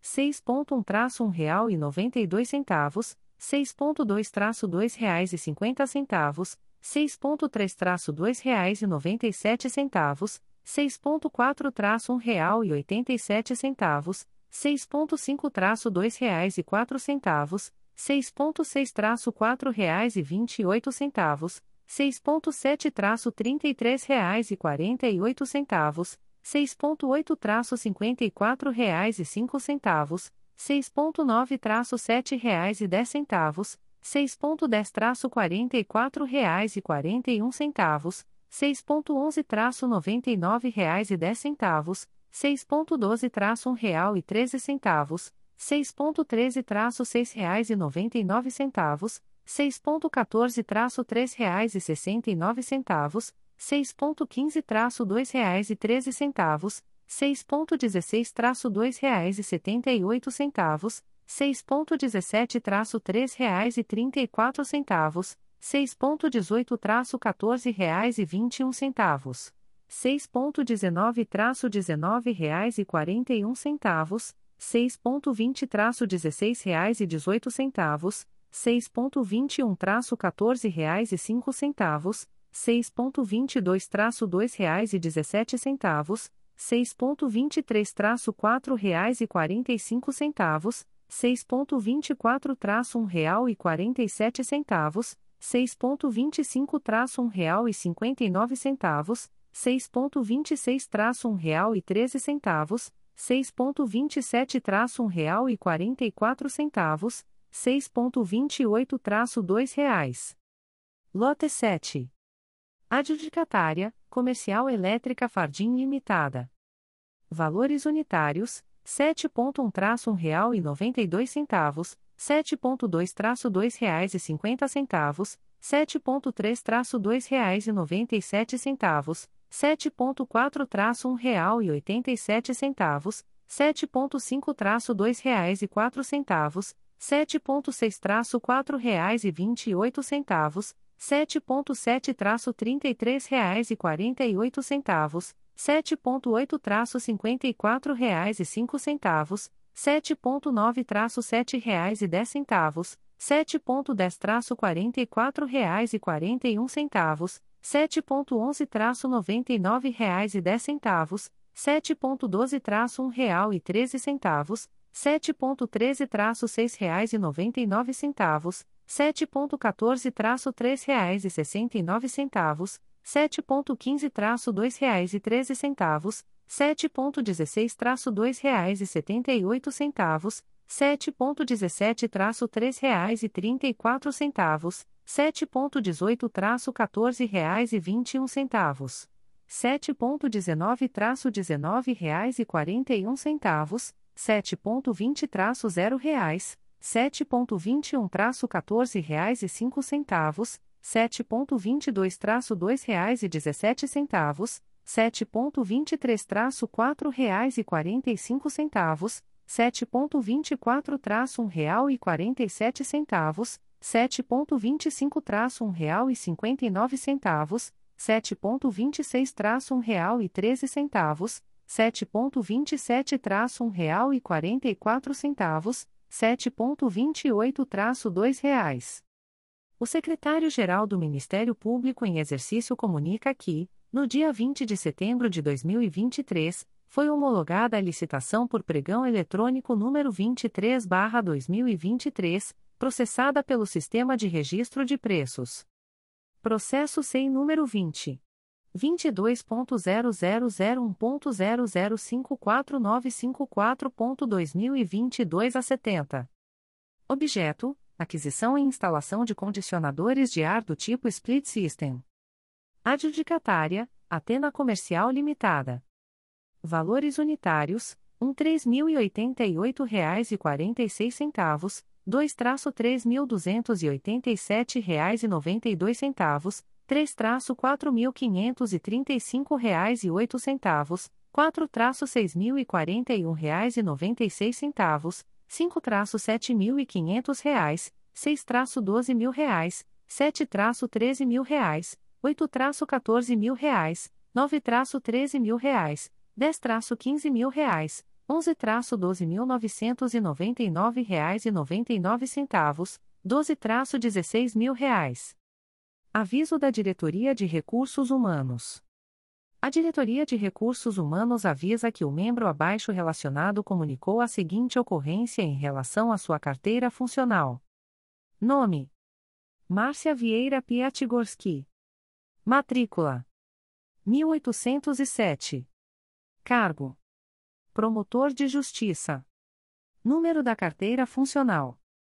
seis ponto um traço um real e noventa e dois centavos, seis ponto dois traço dois reais e cinquenta centavos, seis ponto três traço dois reais e noventa e sete centavos, seis ponto quatro traço um real e oitenta e sete centavos, seis ponto cinco traço dois reais e quatro centavos, seis ponto seis traço quatro reais e vinte e oito centavos, seis ponto sete traço trinta e três reais e quarenta e oito centavos, seis ponto oito traço cinquenta e quatro reais e cinco centavos, seis ponto nove traço sete reais e dez centavos, seis ponto dez traço quarenta e quatro reais e quarenta e um centavos, seis ponto onze traço noventa e nove reais e dez centavos, seis ponto doze traço um real e treze centavos, seis ponto treze traço seis reais e noventa e nove centavos, seis ponto quatorze traço três reais e sessenta e nove centavos, seis ponto quinze traço dois reais e treze centavos, seis ponto dezesseis traço dois reais e setenta e oito centavos, seis ponto dezessete traço três reais e trinta e quatro centavos, seis ponto dezoito traço quatorze reais e vinte e um centavos, seis ponto dezenove traço dezenove reais e quarenta e um centavos, seis ponto vinte traço dezesseis reais e dezoito centavos, seis ponto vinte e um traço quatorze reais e cinco centavos, seis ponto vinte e dois traço dois reais e dezessete centavos, seis ponto vinte e três traço quatro reais e quarenta e cinco centavos, seis ponto vinte e quatro traço um real e quarenta e sete centavos, seis ponto vinte e cinco traço um real e cinquenta e nove centavos, seis ponto vinte e seis traço um real e treze centavos, seis ponto vinte e sete traço um real e quarenta e quatro centavos, seis ponto vinte e oito traço dois reais. Lote sete. Adjudicatária, Comercial Elétrica Fardim Limitada. Valores unitários, sete ponto um traço um real e noventa e dois centavos, sete ponto dois traço dois reais e cinquenta centavos, sete ponto três traço dois reais e noventa e sete centavos, sete ponto quatro traço um real e oitenta e sete centavos, sete ponto cinco traço dois reais e quatro centavos, sete ponto seis traço quatro reais e vinte e oito centavos, sete ponto sete traço trinta e três reais e quarenta e oito centavos, sete ponto oito traço cinquenta e quatro reais e cinco centavos, sete ponto nove traço sete reais e dez centavos, sete ponto dez traço quarenta e quatro reais e quarenta e um centavos, sete ponto onze traço noventa e nove reais e dez centavos, sete ponto doze traço um real e treze centavos, sete ponto treze traço seis reais e noventa e nove centavos, sete ponto quatorze traço três reais e sessenta e nove centavos, sete ponto quinze traço dois reais e treze centavos, sete ponto dezesseis traço dois reais e setenta e oito centavos, sete ponto dezessete traço três reais e trinta e quatro centavos, sete ponto dezoito traço quatorze reais e vinte e um centavos, sete ponto dezenove traço dezenove reais e quarenta e um centavos, sete ponto vinte traço zero reais, sete ponto vinte e um traço quatorze reais e cinco centavos, sete ponto vinte e dois traço dois reais e dezessete centavos, sete ponto vinte e três traço quatro reais e quarenta e cinco centavos, sete ponto vinte e quatro traço um real e quarenta e sete centavos, sete ponto vinte e cinco traço um real e cinquenta e nove centavos, sete ponto vinte e seis traço um real e treze centavos, sete ponto vinte e sete traço um real e quarenta e quatro centavos, sete ponto vinte e oito traço dois reais. O secretário-geral do Ministério Público em exercício comunica que, no dia vinte de setembro de dois mil e vinte e três, foi homologada a licitação por pregão eletrônico número vinte e três barra dois mil e vinte e três, processada pelo Sistema de Registro de Preços. Processo S E I número vinte. vinte e dois ponto zero zero zero um ponto zero zero cinco quatro nove cinco quatro ponto dois mil e vinte e dois a setenta. Objeto: aquisição e instalação de condicionadores de ar do tipo Split System. Adjudicatária: Atena Comercial Limitada. Valores unitários: um três mil e oitenta e oito reais e quarenta e seis centavos, dois três mil duzentos e oitenta e sete reais e noventa e dois centavos, três quatro mil quinhentos e trinta e cinco reais e oito centavos, quatro seis mil e quarenta e um reais e noventa e seis centavos, cinco sete mil e quinhentos reais, seis doze mil reais, sete treze mil reais, oito quatorze mil reais, nove treze mil reais, dez quinze mil reais, onze traço doze mil novecentos e noventa e nove reais e noventa e nove centavos, doze traço dezesseis mil reais. Aviso da Diretoria de Recursos Humanos. A Diretoria de Recursos Humanos avisa que o membro abaixo relacionado comunicou a seguinte ocorrência em relação à sua carteira funcional. Nome: Márcia Vieira Piatigorski. Matrícula: mil oitocentos e sete. Cargo: Promotor de Justiça. Número da carteira funcional: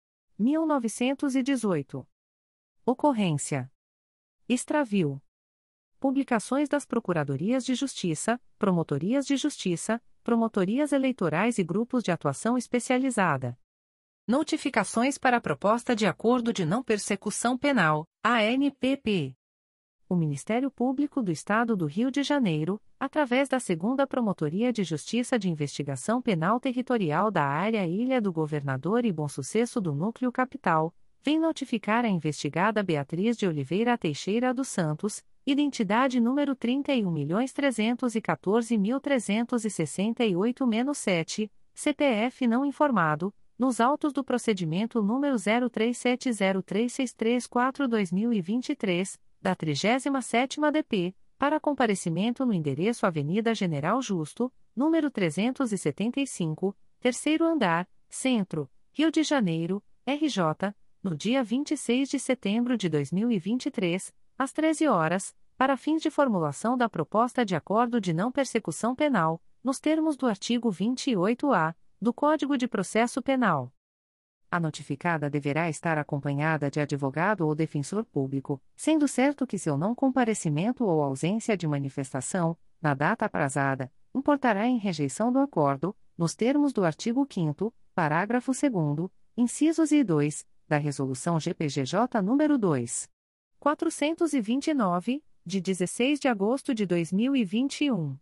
mil novecentos e dezoito. Ocorrência: extravio. Publicações das Procuradorias de Justiça, Promotorias de Justiça, Promotorias Eleitorais e Grupos de Atuação Especializada. Notificações para a Proposta de Acordo de Não Persecução Penal, A N P P. O Ministério Público do Estado do Rio de Janeiro, através da segunda Promotoria de Justiça de Investigação Penal Territorial da Área Ilha do Governador e Bom Sucesso do Núcleo Capital, vem notificar a investigada Beatriz de Oliveira Teixeira dos Santos, identidade número trinta e um milhões trezentos e quatorze mil trezentos e sessenta e oito sete, C P F não informado, nos autos do procedimento número zero três sete zero três seis três quatro barra dois mil e vinte e três, da trigésima sétima D P, para comparecimento no endereço Avenida General Justo, número trezentos e setenta e cinco, terceiro andar, Centro, Rio de Janeiro, R J, no dia vinte e seis de setembro de dois mil e vinte e três, às treze horas, para fins de formulação da proposta de acordo de não persecução penal, nos termos do artigo vinte e oito A, do Código de Processo Penal. A notificada deverá estar acompanhada de advogado ou defensor público, sendo certo que seu não comparecimento ou ausência de manifestação, na data aprazada, importará em rejeição do acordo, nos termos do artigo quinto, parágrafo segundo, incisos I e dois, da Resolução G P G J nº dois mil quatrocentos e vinte e nove, de dezesseis de agosto de dois mil e vinte e um.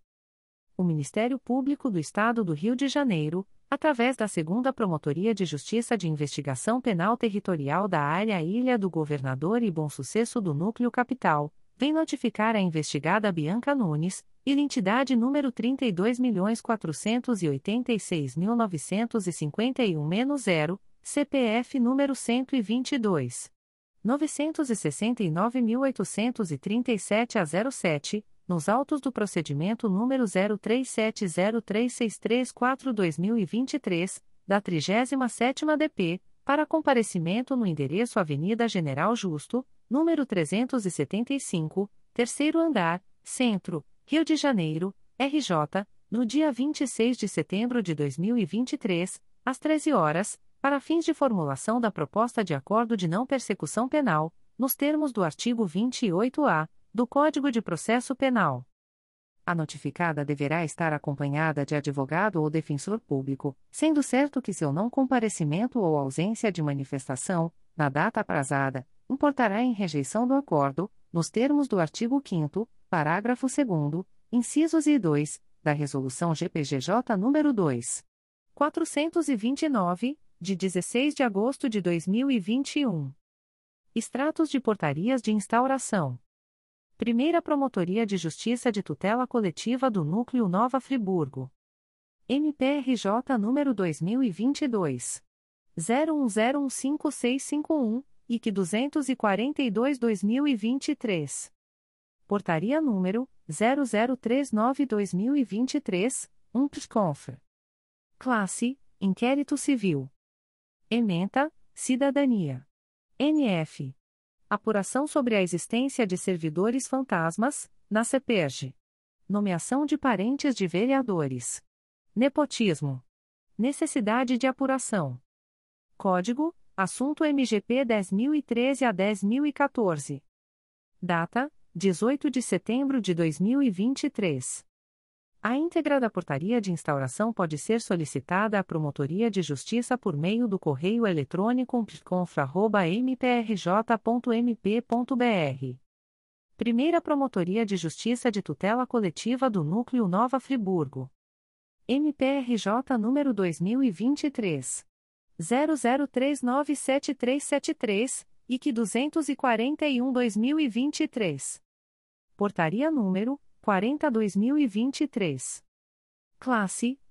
O Ministério Público do Estado do Rio de Janeiro, através da segunda Promotoria de Justiça de Investigação Penal Territorial da Área Ilha do Governador e Bom Sucesso do Núcleo Capital, vem notificar a investigada Bianca Nunes, identidade número trinta e dois milhões quatrocentos e oitenta e seis mil novecentos e cinquenta e um zero, C P F número cento e vinte e dois. novecentos e sessenta e nove mil oitocentos e trinta e sete a zero sete, nos autos do procedimento número zero três sete zero três seis três quatro barra dois mil e vinte e três, da trigésima sétima D P, para comparecimento no endereço Avenida General Justo, número trezentos e setenta e cinco, terceiro andar, Centro, Rio de Janeiro, R J, no dia vinte e seis de setembro de dois mil e vinte e três, às treze horas, para fins de formulação da proposta de acordo de não persecução penal, nos termos do artigo vinte e oito A, do Código de Processo Penal. A notificada deverá estar acompanhada de advogado ou defensor público, sendo certo que seu não comparecimento ou ausência de manifestação, na data aprazada, importará em rejeição do acordo, nos termos do artigo quinto, parágrafo segundo, incisos I e dois, da Resolução G P G J nº dois mil quatrocentos e vinte e nove, de dezesseis de agosto de dois mil e vinte e um. Extratos de portarias de instauração. Primeira Promotoria de Justiça de Tutela Coletiva do Núcleo Nova Friburgo. M P R J número dois mil e vinte e dois. zero um zero um cinco seis cinco um, I C duzentos e quarenta e dois barra dois mil e vinte e três. Portaria número zero zero três nove barra dois mil e vinte e três, um P S C O N F. Classe: Inquérito Civil. Ementa: Cidadania. N F. Apuração sobre a existência de servidores fantasmas, na CEPERJ. Nomeação de parentes de vereadores. Nepotismo. Necessidade de apuração. Código: Assunto M G P dez mil e treze a dez mil e quatorze. Data: dezoito de setembro de dois mil e vinte e três. A íntegra da portaria de instauração pode ser solicitada à Promotoria de Justiça por meio do correio eletrônico p s c o n f arroba m p r j ponto m p ponto b r. Primeira Promotoria de Justiça de Tutela Coletiva do Núcleo Nova Friburgo. M P R J número dois mil e vinte e três. zero zero três nove sete três sete três, I C duzentos e quarenta e um barra dois mil e vinte e três. Portaria número quarenta barra dois mil e vinte e três. Classe: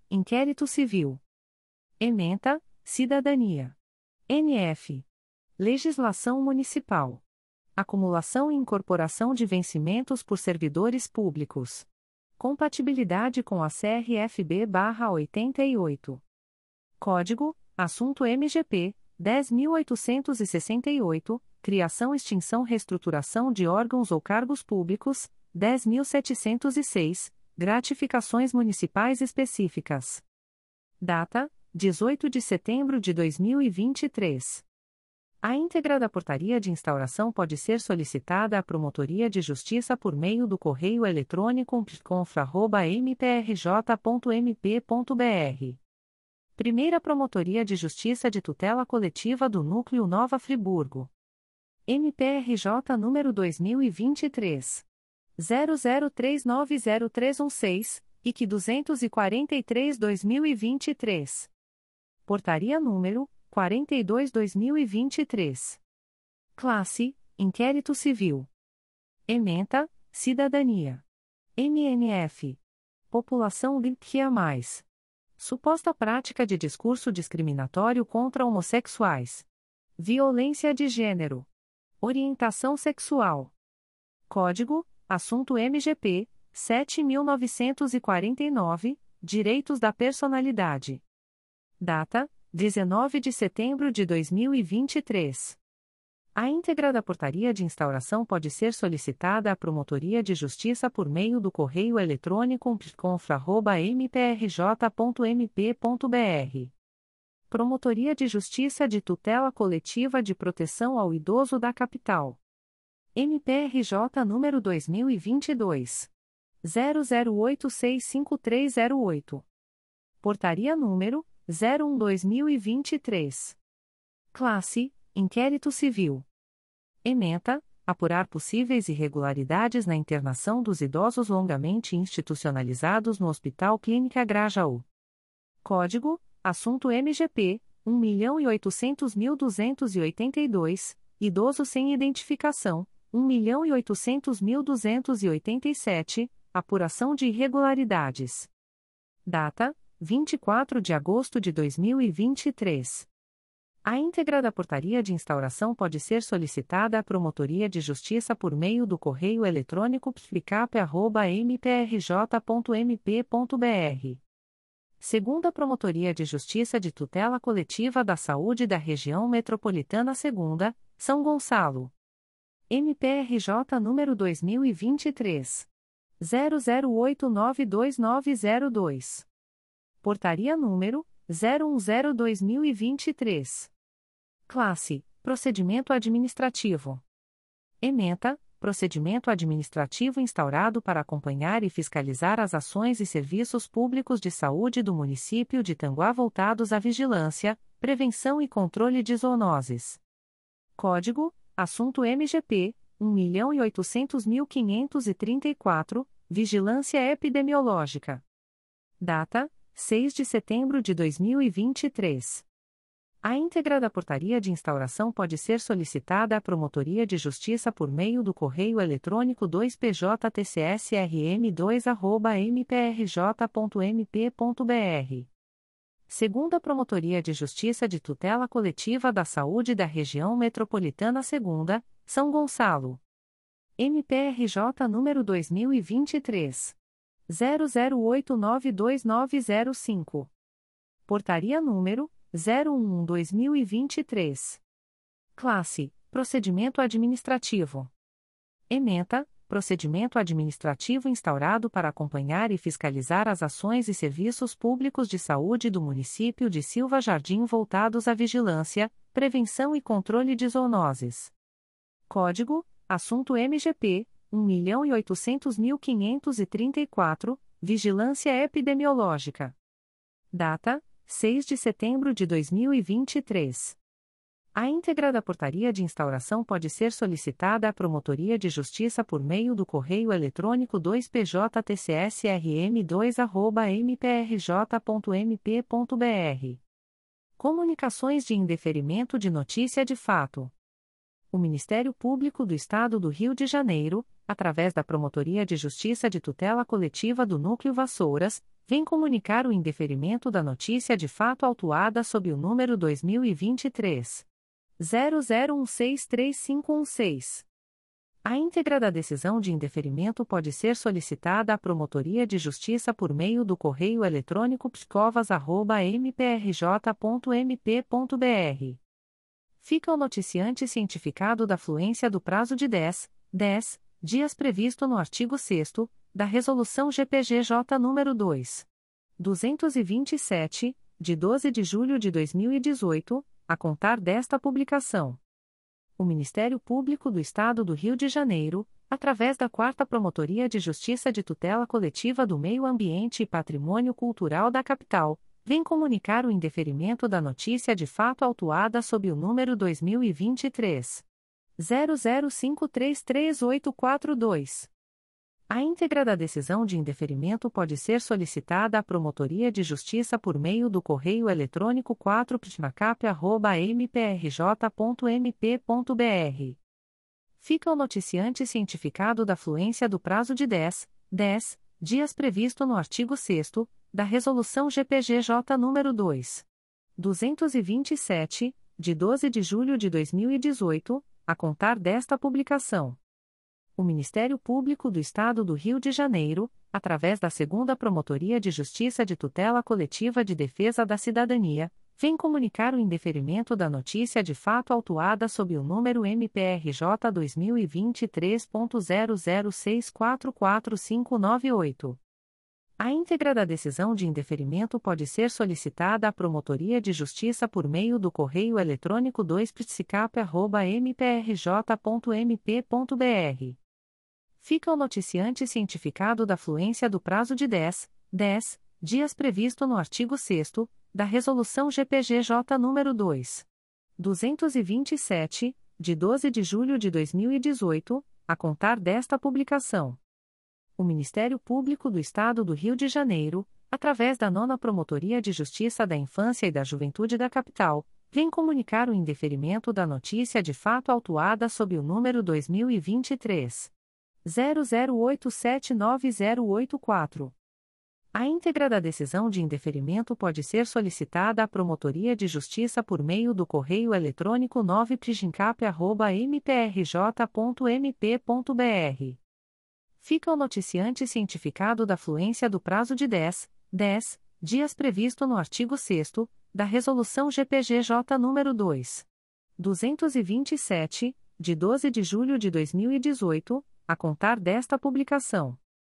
Inquérito Civil. Ementa, Cidadania. N F. Legislação Municipal. Acumulação e incorporação de vencimentos por servidores públicos. Compatibilidade com a C R F B oitenta e oito. Código: Assunto M G P dez mil oitocentos e sessenta e oito, Criação, Extinção, Reestruturação de órgãos ou cargos públicos, dez mil setecentos e seis, Gratificações municipais específicas. Data: dezoito de setembro de dois mil e vinte e três. A íntegra da portaria de instauração pode ser solicitada à Promotoria de Justiça por meio do correio eletrônico p conf arroba m p r j ponto m p ponto b r. Primeira Promotoria de Justiça de Tutela Coletiva do Núcleo Nova Friburgo. M P R J número dois mil e vinte e três. zero zero três nove zero três um seis, I C duzentos e quarenta e três barra dois mil e vinte e três. Portaria número quarenta e dois barra dois mil e vinte e três. Classe: Inquérito Civil. Ementa, Cidadania. M N F. População L G B T Q I A mais. Suposta prática de discurso discriminatório contra homossexuais. Violência de gênero. Orientação sexual. Código: Assunto M G P sete mil novecentos e quarenta e nove, Direitos da Personalidade. Data: dezenove de setembro de dois mil e vinte e três. A íntegra da portaria de instauração pode ser solicitada à Promotoria de Justiça por meio do correio eletrônico p conf arroba m p r j ponto m p ponto b r. Promotoria de Justiça de Tutela Coletiva de Proteção ao Idoso da Capital. M P R J número dois mil e vinte e dois. zero zero oito seis cinco três zero oito. Portaria número zero um barra dois mil e vinte e três. Classe: Inquérito Civil. Ementa, apurar possíveis irregularidades na internação dos idosos longamente institucionalizados no Hospital Clínica Grajaú. Código: Assunto M G P um milhão e oitocentos mil duzentos e oitenta e dois, idoso sem identificação, um milhão e oitocentos mil duzentos e oitenta e sete, apuração de irregularidades. Data: vinte e quatro de agosto de dois mil e vinte e três. A íntegra da portaria de instauração pode ser solicitada à Promotoria de Justiça por meio do correio eletrônico p f c a p arroba m p r j ponto m p ponto b r. Segunda Promotoria de Justiça de Tutela Coletiva da Saúde da Região Metropolitana segunda, São Gonçalo. M P R J número dois mil e vinte e três. zero zero oito nove dois nove zero dois. Portaria número zero um zero barra dois mil e vinte e três. Classe: Procedimento Administrativo. Ementa, procedimento administrativo instaurado para acompanhar e fiscalizar as ações e serviços públicos de saúde do município de Tanguá voltados à vigilância, prevenção e controle de zoonoses. Código: Assunto M G P um milhão e oitocentos mil quinhentos e trinta e quatro, Vigilância Epidemiológica. Data: seis de setembro de dois mil e vinte e três. A íntegra da portaria de instauração pode ser solicitada à Promotoria de Justiça por meio do correio eletrônico dois p j t c s r m dois arroba m p r j ponto m p ponto b r. Segunda Promotoria de Justiça de Tutela Coletiva da Saúde da Região Metropolitana segunda, São Gonçalo. M P R J número dois mil e vinte e três. zero zero oito nove dois nove zero cinco. Portaria número zero um barra dois mil e vinte e três. Classe: Procedimento Administrativo. Ementa, procedimento administrativo instaurado para acompanhar e fiscalizar as ações e serviços públicos de saúde do município de Silva Jardim voltados à vigilância, prevenção e controle de zoonoses. Código: Assunto M G P um milhão e oitocentos mil quinhentos e trinta e quatro, Vigilância Epidemiológica. Data: seis de setembro de dois mil e vinte e três. A íntegra da portaria de instauração pode ser solicitada à Promotoria de Justiça por meio do correio eletrônico dois p j t c s r m dois arroba m p r j ponto m p ponto b r. Comunicações de indeferimento de notícia de fato. O Ministério Público do Estado do Rio de Janeiro, através da Promotoria de Justiça de Tutela Coletiva do Núcleo Vassouras, vem comunicar o indeferimento da notícia de fato autuada sob o número dois mil e vinte e três zero zero um seis três cinco um seis. A íntegra da decisão de indeferimento pode ser solicitada à Promotoria de Justiça por meio do correio eletrônico pscovas arroba m p r j ponto m p ponto b r. Fica o noticiante cientificado da fluência do prazo de dez, dez dias previsto no artigo sexto da Resolução G P G J nº dois mil duzentos e vinte e sete, de doze de julho de dois mil e dezoito, a contar desta publicação. O Ministério Público do Estado do Rio de Janeiro, através da quarta Promotoria de Justiça de Tutela Coletiva do Meio Ambiente e Patrimônio Cultural da Capital, vem comunicar o indeferimento da notícia de fato autuada sob o número dois mil e vinte e três zero zero cinco três três oito quatro dois. A íntegra da decisão de indeferimento pode ser solicitada à Promotoria de Justiça por meio do correio eletrônico quatro p t m a c a p arroba m p r j ponto m p ponto b r. Fica o noticiante cientificado da fluência do prazo de dez, dez dias previsto no artigo sexto da Resolução G P G J nº dois mil duzentos e vinte e sete, de doze de julho de dois mil e dezoito, a contar desta publicação. O Ministério Público do Estado do Rio de Janeiro, através da segunda Promotoria de Justiça de Tutela Coletiva de Defesa da Cidadania, vem comunicar o indeferimento da notícia de fato autuada sob o número M P R J dois mil e vinte e três ponto zero zero seis quatro quatro cinco nove oito. A íntegra da decisão de indeferimento pode ser solicitada à Promotoria de Justiça por meio do correio eletrônico dois p s i c a p arroba m p r j ponto m p ponto b r. Fica o noticiante cientificado da fluência do prazo de dez, dez dias previsto no artigo sexto da Resolução G P G J nº dois mil duzentos e vinte e sete, de doze de julho de dois mil e dezoito, a contar desta publicação. O Ministério Público do Estado do Rio de Janeiro, através da nona Promotoria de Justiça da Infância e da Juventude da Capital, vem comunicar o indeferimento da notícia de fato autuada sob o número dois mil e vinte e três zero zero oito sete nove zero oito quatro. A íntegra da decisão de indeferimento pode ser solicitada à Promotoria de Justiça por meio do correio eletrônico nove p g i n c a p arroba m p r j ponto m p ponto b r. Fica o noticiante cientificado da fluência do prazo de dez, dez dias previsto no artigo sexto da Resolução G P G J nº dois mil duzentos e vinte e sete, de doze de julho de dois mil e dezoito, a contar desta publicação.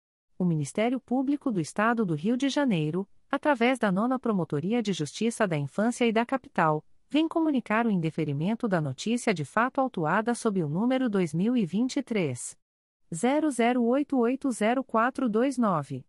O Ministério Público do Estado do Rio de Janeiro, através da nona Promotoria de Justiça da Infância e da Capital, vem comunicar o indeferimento da notícia de fato autuada sob o número dois mil e vinte e três zero zero oito oito zero quatro dois nove.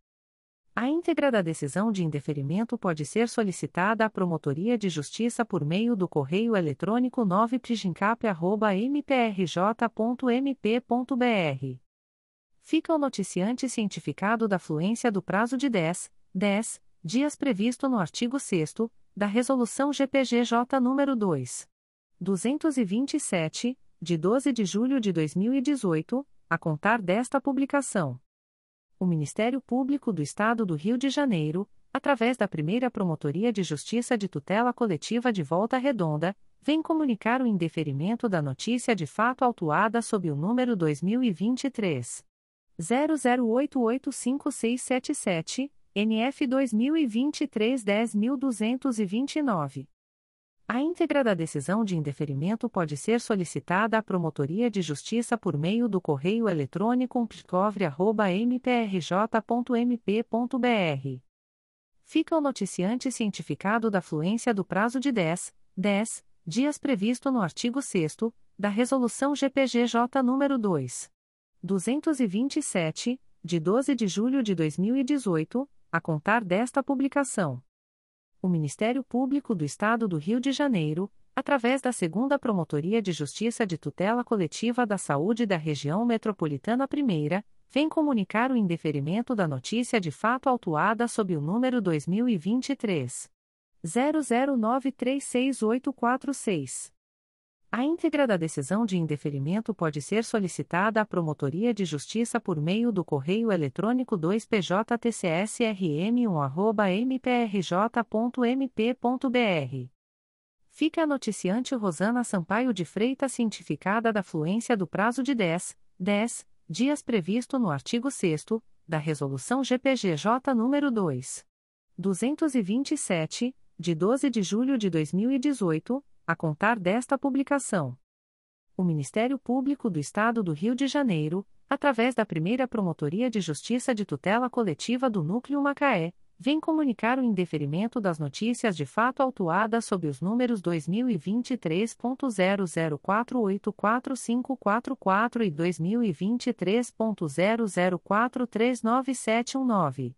A íntegra da decisão de indeferimento pode ser solicitada à Promotoria de Justiça por meio do correio eletrônico nove p g i n c a p arroba m p r j ponto m p ponto b r. Fica o noticiante cientificado da fluência do prazo de dez, dez dias previsto no artigo sexto da Resolução G P G J nº dois mil duzentos e vinte e sete, de doze de julho de dois mil e dezoito, a contar desta publicação. O Ministério Público do Estado do Rio de Janeiro, através da primeira Promotoria de Justiça de Tutela Coletiva de Volta Redonda, vem comunicar o indeferimento da notícia de fato autuada sob o número dois mil e vinte e três zero zero oito oito cinco seis sete sete, N F dois mil e vinte e três dez mil duzentos e vinte e nove. A íntegra da decisão de indeferimento pode ser solicitada à Promotoria de Justiça por meio do correio eletrônico pscovre arroba m p r j ponto m p ponto b r. Fica o noticiante cientificado da fluência do prazo de dez, dez dias previsto no artigo sexto da Resolução G P G J nº dois mil duzentos e vinte e sete, de doze de julho de dois mil e dezoito, a contar desta publicação. O Ministério Público do Estado do Rio de Janeiro, através da segunda Promotoria de Justiça de Tutela Coletiva da Saúde da Região Metropolitana I, vem comunicar o indeferimento da notícia de fato autuada sob o número dois mil e vinte e três zero zero nove três seis oito quatro seis. A íntegra da decisão de indeferimento pode ser solicitada à Promotoria de Justiça por meio do correio eletrônico dois p j t c s r m um arroba m p r j ponto m p ponto b r. Fica a noticiante Rosana Sampaio de Freitas cientificada da fluência do prazo de dez, dez dias previsto no artigo sexto da Resolução G P G J nº dois mil duzentos e vinte e sete, de doze de julho de dois mil e dezoito, a contar desta publicação. O Ministério Público do Estado do Rio de Janeiro, através da Primeira Promotoria de Justiça de Tutela Coletiva do Núcleo Macaé, vem comunicar o indeferimento das notícias de fato autuadas sob os números dois mil e vinte e três ponto zero zero quatro oito quatro cinco quatro quatro e dois mil e vinte e três ponto zero zero quatro três nove sete um nove.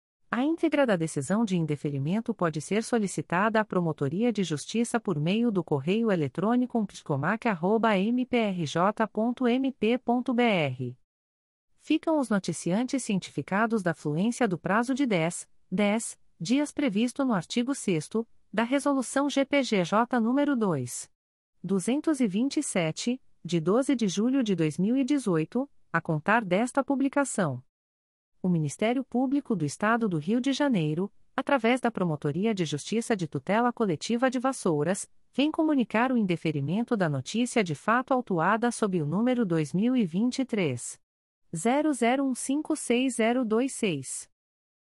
A íntegra da decisão de indeferimento pode ser solicitada à Promotoria de Justiça por meio do correio eletrônico psicomac arroba m p r j ponto m p ponto b r. Ficam os noticiantes cientificados da fluência do prazo de dez, dez dias previsto no artigo sexto da Resolução G P G J nº dois mil duzentos e vinte e sete, de doze de julho de dois mil e dezoito, a contar desta publicação. O Ministério Público do Estado do Rio de Janeiro, através da Promotoria de Justiça de Tutela Coletiva de Vassouras, vem comunicar o indeferimento da notícia de fato autuada sob o número dois mil e vinte e três ponto zero zero um cinco seis zero dois seis.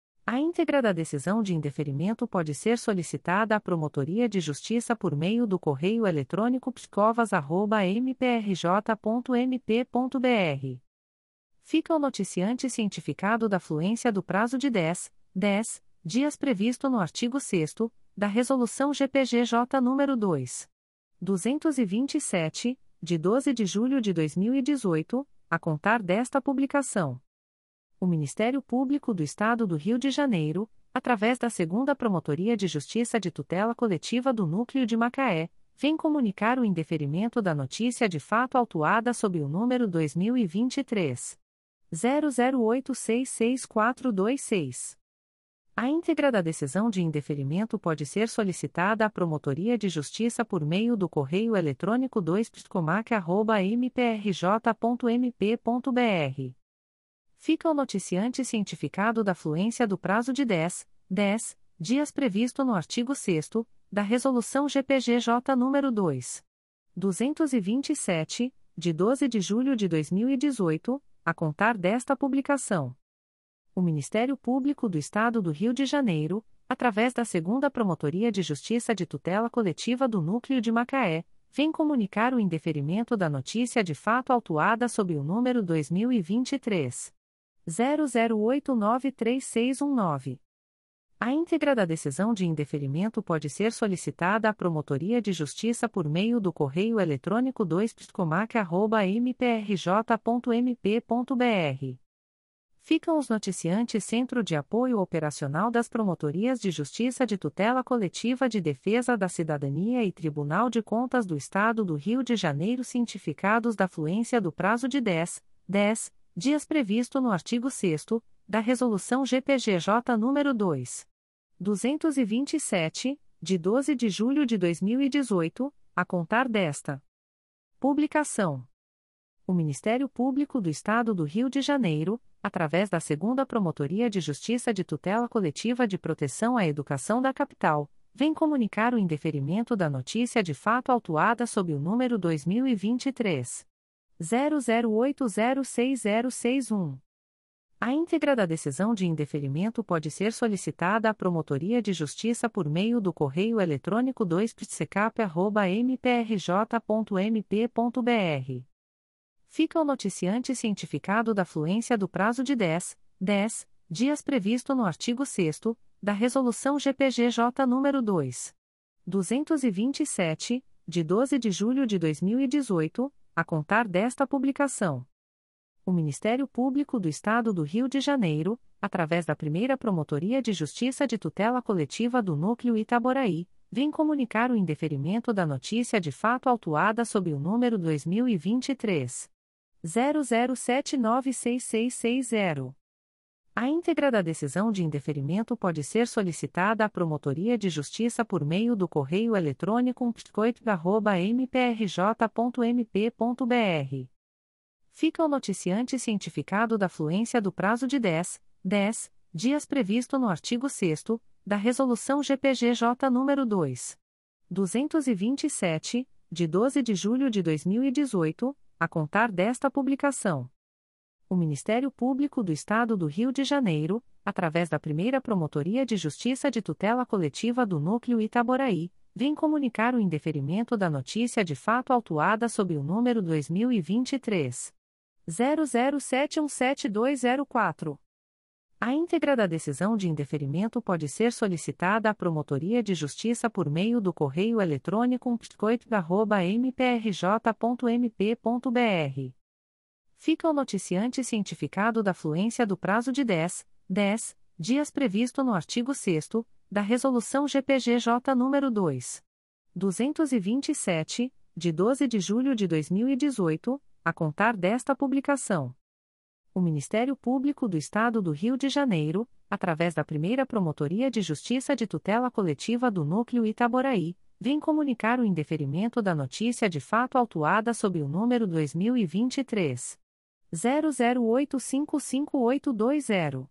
A íntegra da decisão de indeferimento pode ser solicitada à Promotoria de Justiça por meio do correio eletrônico psicovas arroba m p r j ponto m p ponto b r. Fica o noticiante cientificado da fluência do prazo de dez, dez dias previsto no artigo sexto da Resolução G P G J nº dois mil duzentos e vinte e sete, de doze de julho de dois mil e dezoito, a contar desta publicação. O Ministério Público do Estado do Rio de Janeiro, através da segunda Promotoria de Justiça de Tutela Coletiva do Núcleo de Macaé, vem comunicar o indeferimento da notícia de fato autuada sob o número dois mil e vinte e três ponto zero zero oito seis seis quatro dois seis. A íntegra da decisão de indeferimento pode ser solicitada à Promotoria de Justiça por meio do correio eletrônico dois psicomac arroba m p r j ponto m p ponto b r. Fica o noticiante cientificado da fluência do prazo de dez, dez dias previsto no artigo sexto da Resolução G P G J nº dois mil duzentos e vinte e sete, de doze de julho de dois mil e dezoito, a contar desta publicação. O Ministério Público do Estado do Rio de Janeiro, através da segunda Promotoria de Justiça de Tutela Coletiva do Núcleo de Macaé, vem comunicar o indeferimento da notícia de fato autuada sob o número dois mil e vinte e três ponto zero zero oito nove três seis um nove. A íntegra da decisão de indeferimento pode ser solicitada à Promotoria de Justiça por meio do correio eletrônico dois psicomac arroba m p r j ponto m p ponto b r. Ficam os noticiantes Centro de Apoio Operacional das Promotorias de Justiça de Tutela Coletiva de Defesa da Cidadania e Tribunal de Contas do Estado do Rio de Janeiro cientificados da fluência do prazo de dez, dez dias previsto no artigo sexto da Resolução G P G J nº dois mil duzentos e vinte e sete, de doze de julho de dois mil e dezoito, a contar desta publicação. O Ministério Público do Estado do Rio de Janeiro, através da segunda Promotoria de Justiça de Tutela Coletiva de Proteção à Educação da Capital, vem comunicar o indeferimento da notícia de fato autuada sob o número dois mil e vinte e três ponto zero zero oito zero seis zero seis um. A íntegra da decisão de indeferimento pode ser solicitada à Promotoria de Justiça por meio do correio eletrônico dois psicap arroba m p r j ponto m p ponto b r. Fica o noticiante cientificado da fluência do prazo de dez, dez dias previsto no artigo sexto da Resolução G P G J nº dois mil duzentos e vinte e sete, de doze de julho de dois mil e dezoito, a contar desta publicação. O Ministério Público do Estado do Rio de Janeiro, através da Primeira Promotoria de Justiça de Tutela Coletiva do Núcleo Itaboraí, vem comunicar o indeferimento da notícia de fato autuada sob o número dois mil e vinte e três ponto zero zero sete nove seis seis seis zero. A íntegra da decisão de indeferimento pode ser solicitada à Promotoria de Justiça por meio do correio eletrônico psicoit arroba m p r j ponto m p ponto b r. Fica o noticiante cientificado da fluência do prazo de dez, dez dias previsto no artigo sexto da Resolução G P G J nº dois mil duzentos e vinte e sete, de doze de julho de dois mil e dezoito, a contar desta publicação. O Ministério Público do Estado do Rio de Janeiro, através da Primeira Promotoria de Justiça de Tutela Coletiva do Núcleo Itaboraí, vem comunicar o indeferimento da notícia de fato autuada sob o número dois mil e vinte e três zero zero sete um sete dois zero quatro. A íntegra da decisão de indeferimento pode ser solicitada à Promotoria de Justiça por meio do correio eletrônico psicoit arroba m p r j ponto m p ponto b r. Fica o noticiante cientificado da fluência do prazo de dez, dez dias previsto no artigo sexto da Resolução G P G J nº dois mil duzentos e vinte e sete, de doze de julho de dois mil e dezoito, a contar desta publicação. O Ministério Público do Estado do Rio de Janeiro, através da Primeira Promotoria de Justiça de Tutela Coletiva do Núcleo Itaboraí, vem comunicar o indeferimento da notícia de fato autuada sob o número dois mil e vinte e três zero zero oito cinco cinco oito dois zero.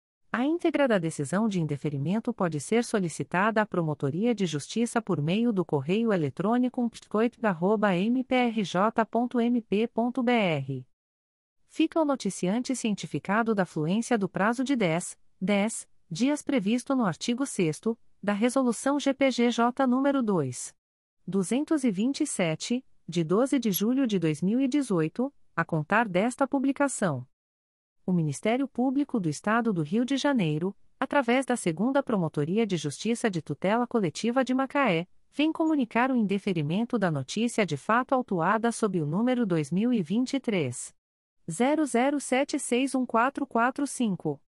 A íntegra da decisão de indeferimento pode ser solicitada à Promotoria de Justiça por meio do correio eletrônico psicoit arroba m p r j ponto m p ponto b r. Fica o noticiante cientificado da fluência do prazo de dez, dez dias previsto no artigo sexto da Resolução G P G J nº dois mil duzentos e vinte e sete, de doze de julho de dois mil e dezoito, a contar desta publicação. O Ministério Público do Estado do Rio de Janeiro, através da Segunda Promotoria de Justiça de Tutela Coletiva de Macaé, vem comunicar o indeferimento da notícia de fato autuada sob o número dois mil e vinte e três zero zero sete seis um quatro quatro cinco.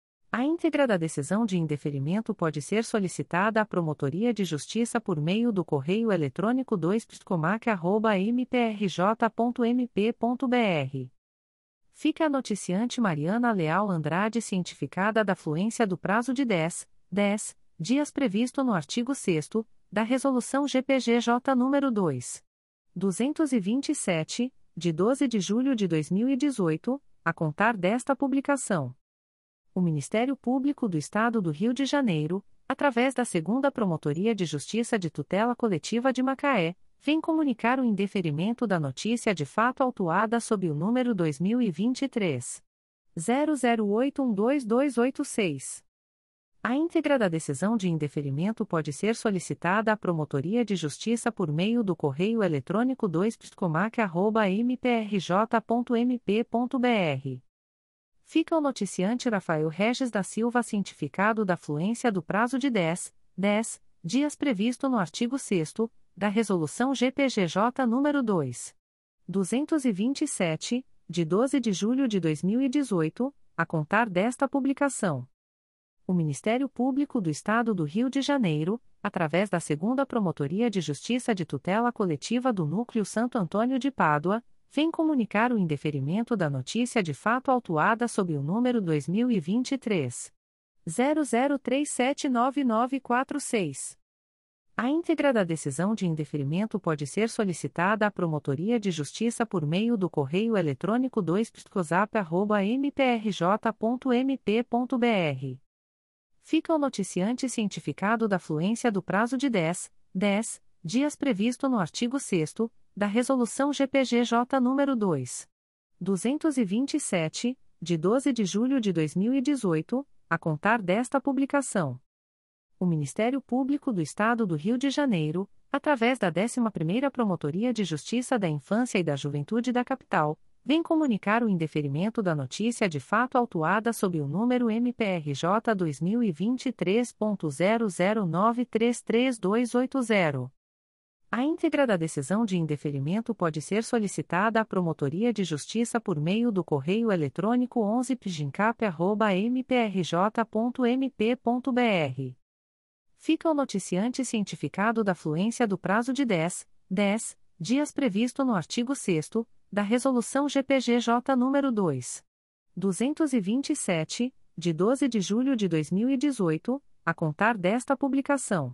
A íntegra da decisão de indeferimento pode ser solicitada à Promotoria de Justiça por meio do correio eletrônico dois psicomac arroba m p r j ponto m p ponto b r. Fica a noticiante Mariana Leal Andrade cientificada da fluência do prazo de dez, dez dias previsto no artigo sexto da Resolução G P G J nº dois mil duzentos e vinte e sete, de doze de julho de dois mil e dezoito, a contar desta publicação. O Ministério Público do Estado do Rio de Janeiro, através da Segunda Promotoria de Justiça de Tutela Coletiva de Macaé, vem comunicar o indeferimento da notícia de fato autuada sob o número dois mil e vinte e três zero zero oito um dois dois oito seis. A íntegra da decisão de indeferimento pode ser solicitada à Promotoria de Justiça por meio do correio eletrônico dois psicomac arroba m p r j ponto m p ponto b r. Fica o noticiante Rafael Regis da Silva cientificado da fluência do prazo de dez, dez dias previsto no artigo sexto da Resolução G P G J nº dois mil duzentos e vinte e sete, de doze de julho de dois mil e dezoito, a contar desta publicação. O Ministério Público do Estado do Rio de Janeiro, através da Segunda Promotoria de Justiça de Tutela Coletiva do Núcleo Santo Antônio de Pádua, vem comunicar o indeferimento da notícia de fato autuada sob o número dois mil e vinte e três zero zero três sete nove nove quatro seis. A íntegra da decisão de indeferimento pode ser solicitada à Promotoria de Justiça por meio do correio eletrônico dois psicosap arroba m p r j ponto m p ponto b r. Fica o noticiante cientificado da fluência do prazo de dez, dez dias previsto no artigo sexto da Resolução G P G J nº dois mil duzentos e vinte e sete, de doze de julho de dois mil e dezoito, a contar desta publicação. O Ministério Público do Estado do Rio de Janeiro, através da décima primeira Promotoria de Justiça da Infância e da Juventude da Capital, vem comunicar o indeferimento da notícia de fato autuada sob o número M P R J dois mil e vinte e três ponto zero zero nove três três dois oito zero. A íntegra da decisão de indeferimento pode ser solicitada à Promotoria de Justiça por meio do correio eletrônico onze pgincap arroba m p r j ponto m p ponto b r. Fica o noticiante cientificado da fluência do prazo de dez, dez dias previsto no artigo sexto da Resolução G P G J nº dois mil duzentos e vinte e sete, de doze de julho de dois mil e dezoito, a contar desta publicação.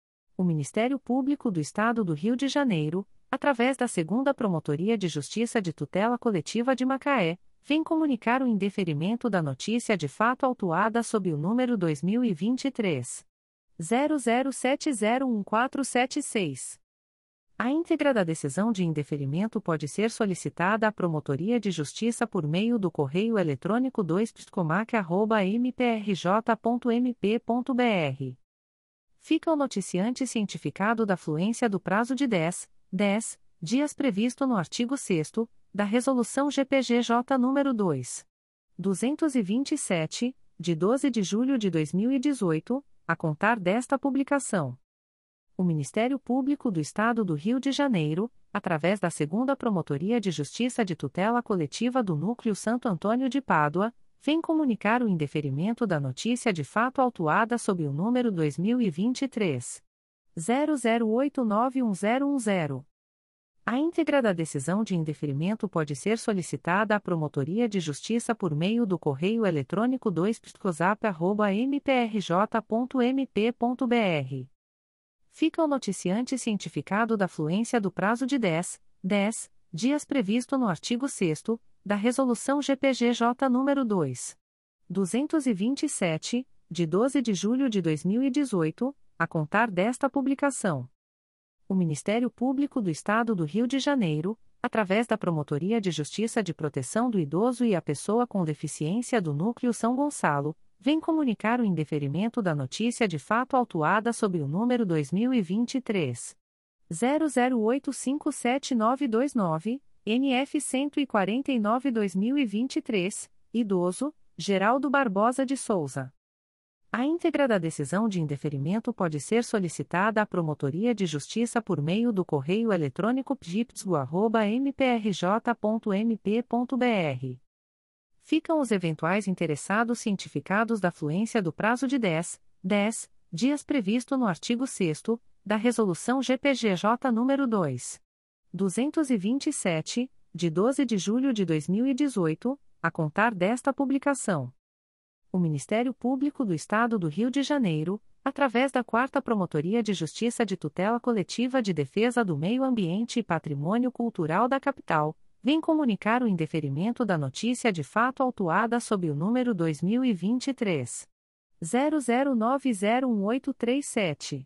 O Ministério Público do Estado do Rio de Janeiro, através da Segunda Promotoria de Justiça de Tutela Coletiva de Macaé, vem comunicar o indeferimento da notícia de fato autuada sob o número dois mil e vinte e três zero zero sete zero um quatro sete seis. A íntegra da decisão de indeferimento pode ser solicitada à Promotoria de Justiça por meio do correio eletrônico dois pscomac arroba m p r j ponto m p ponto b r. Fica o noticiante cientificado da fluência do prazo de dez, dez dias previsto no artigo sexto da Resolução G P G J nº dois mil duzentos e vinte e sete, de doze de julho de dois mil e dezoito, a contar desta publicação. O Ministério Público do Estado do Rio de Janeiro, através da Segunda Promotoria de Justiça de Tutela Coletiva do Núcleo Santo Antônio de Pádua, vem comunicar o indeferimento da notícia de fato autuada sob o número dois mil e vinte e três zero zero oito nove um zero um zero. A íntegra da decisão de indeferimento pode ser solicitada à Promotoria de Justiça por meio do correio eletrônico dois pscosap arroba m p r j ponto m p ponto b r. Fica o noticiante cientificado da fluência do prazo de dez, dez dias previsto no artigo sexto da Resolução G P G J nº dois mil duzentos e vinte e sete, de doze de julho de dois mil e dezoito, a contar desta publicação. O Ministério Público do Estado do Rio de Janeiro, através da Promotoria de Justiça de Proteção do Idoso e a Pessoa com Deficiência do Núcleo São Gonçalo, vem comunicar o indeferimento da notícia de fato autuada sob o número dois mil e vinte e três zero zero oito cinco sete nove dois nove, N F cento e quarenta e nove barra dois mil e vinte e três, idoso, Geraldo Barbosa de Souza. A íntegra da decisão de indeferimento pode ser solicitada à Promotoria de Justiça por meio do correio eletrônico p g i p s g u arroba m p r j ponto m p ponto b r. Ficam os eventuais interessados cientificados da fluência do prazo de dez, dez dias previsto no artigo sexto da Resolução G P G J nº dois mil duzentos e vinte e sete, de doze de julho de dois mil e dezoito, a contar desta publicação. O Ministério Público do Estado do Rio de Janeiro, através da quarta Promotoria de Justiça de Tutela Coletiva de Defesa do Meio Ambiente e Patrimônio Cultural da Capital, vem comunicar o indeferimento da notícia de fato autuada sob o número dois mil e vinte e três zero zero nove zero um oito três sete.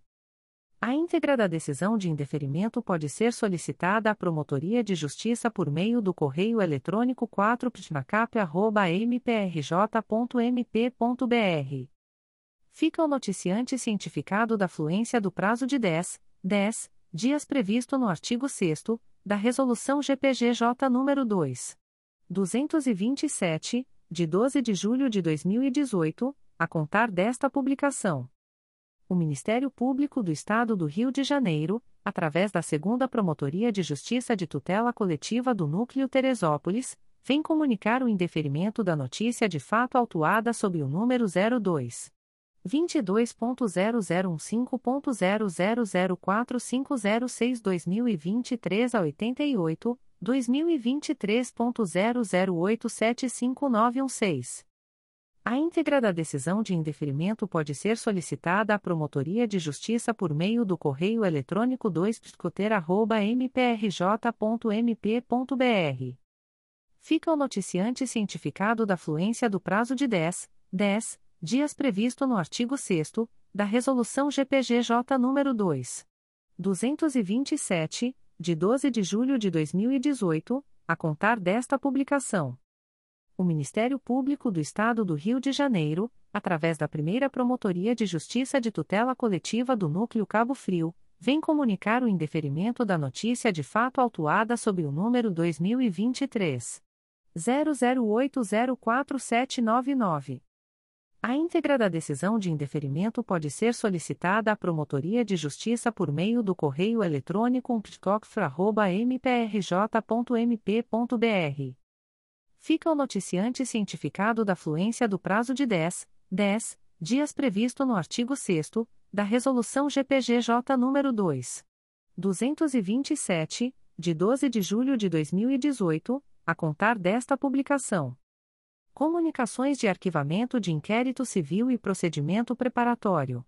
A íntegra da decisão de indeferimento pode ser solicitada à Promotoria de Justiça por meio do correio eletrônico quatro p s m a c a p arroba m p r j ponto m p ponto b r. Fica o noticiante cientificado da fluência do prazo de dez, dez dias previsto no artigo sexto da Resolução G P G J nº dois mil duzentos e vinte e sete, de doze de julho de dois mil e dezoito, a contar desta publicação. O Ministério Público do Estado do Rio de Janeiro, através da Segunda Promotoria de Justiça de Tutela Coletiva do Núcleo Teresópolis, vem comunicar o indeferimento da notícia de fato autuada sob o número zero dois, vinte e dois ponto zero zero um cinco ponto zero zero zero quatro cinco zero seis barra dois mil e vinte e três a oitenta e oito, dois mil e vinte e três ponto zero zero oito sete cinco nove um seis. A íntegra da decisão de indeferimento pode ser solicitada à Promotoria de Justiça por meio do correio eletrônico dois pscoter arroba m p r j ponto m p ponto b r. Fica o noticiante cientificado da fluência do prazo de dez, dez dias previsto no artigo sexto da Resolução G P G J nº dois mil duzentos e vinte e sete, de doze de julho de dois mil e dezoito, a contar desta publicação. O Ministério Público do Estado do Rio de Janeiro, através da primeira Promotoria de Justiça de Tutela Coletiva do Núcleo Cabo Frio, vem comunicar o indeferimento da notícia de fato autuada sob o número dois mil e vinte e três zero zero oito zero quatro sete nove nove. A íntegra da decisão de indeferimento pode ser solicitada à Promotoria de Justiça por meio do correio eletrônico umptcocfra arroba m p r j ponto m p ponto b r. Fica o noticiante cientificado da fluência do prazo de dez, dez dias previsto no artigo sexto da Resolução G P G J nº dois mil duzentos e vinte e sete, de doze de julho de dois mil e dezoito, a contar desta publicação. Comunicações de arquivamento de inquérito civil e procedimento preparatório.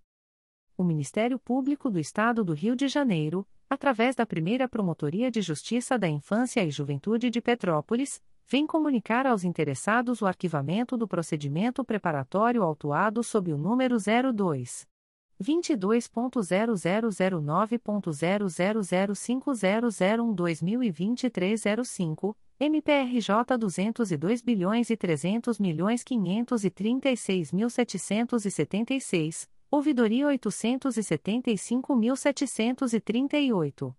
O Ministério Público do Estado do Rio de Janeiro, através da Primeira Promotoria de Justiça da Infância e Juventude de Petrópolis, vem comunicar aos interessados o arquivamento do procedimento preparatório autuado sob o número zero dois, vinte e dois ponto zero zero zero nove ponto zero zero zero cinco zero zero um barra dois mil e vinte e três zero cinco, M P R J duzentos e dois bilhões e trezentos milhões quinhentos e trinta e seis mil setecentos e setenta e seis, ouvidoria oitocentos e setenta e cinco mil setecentos e trinta e oito.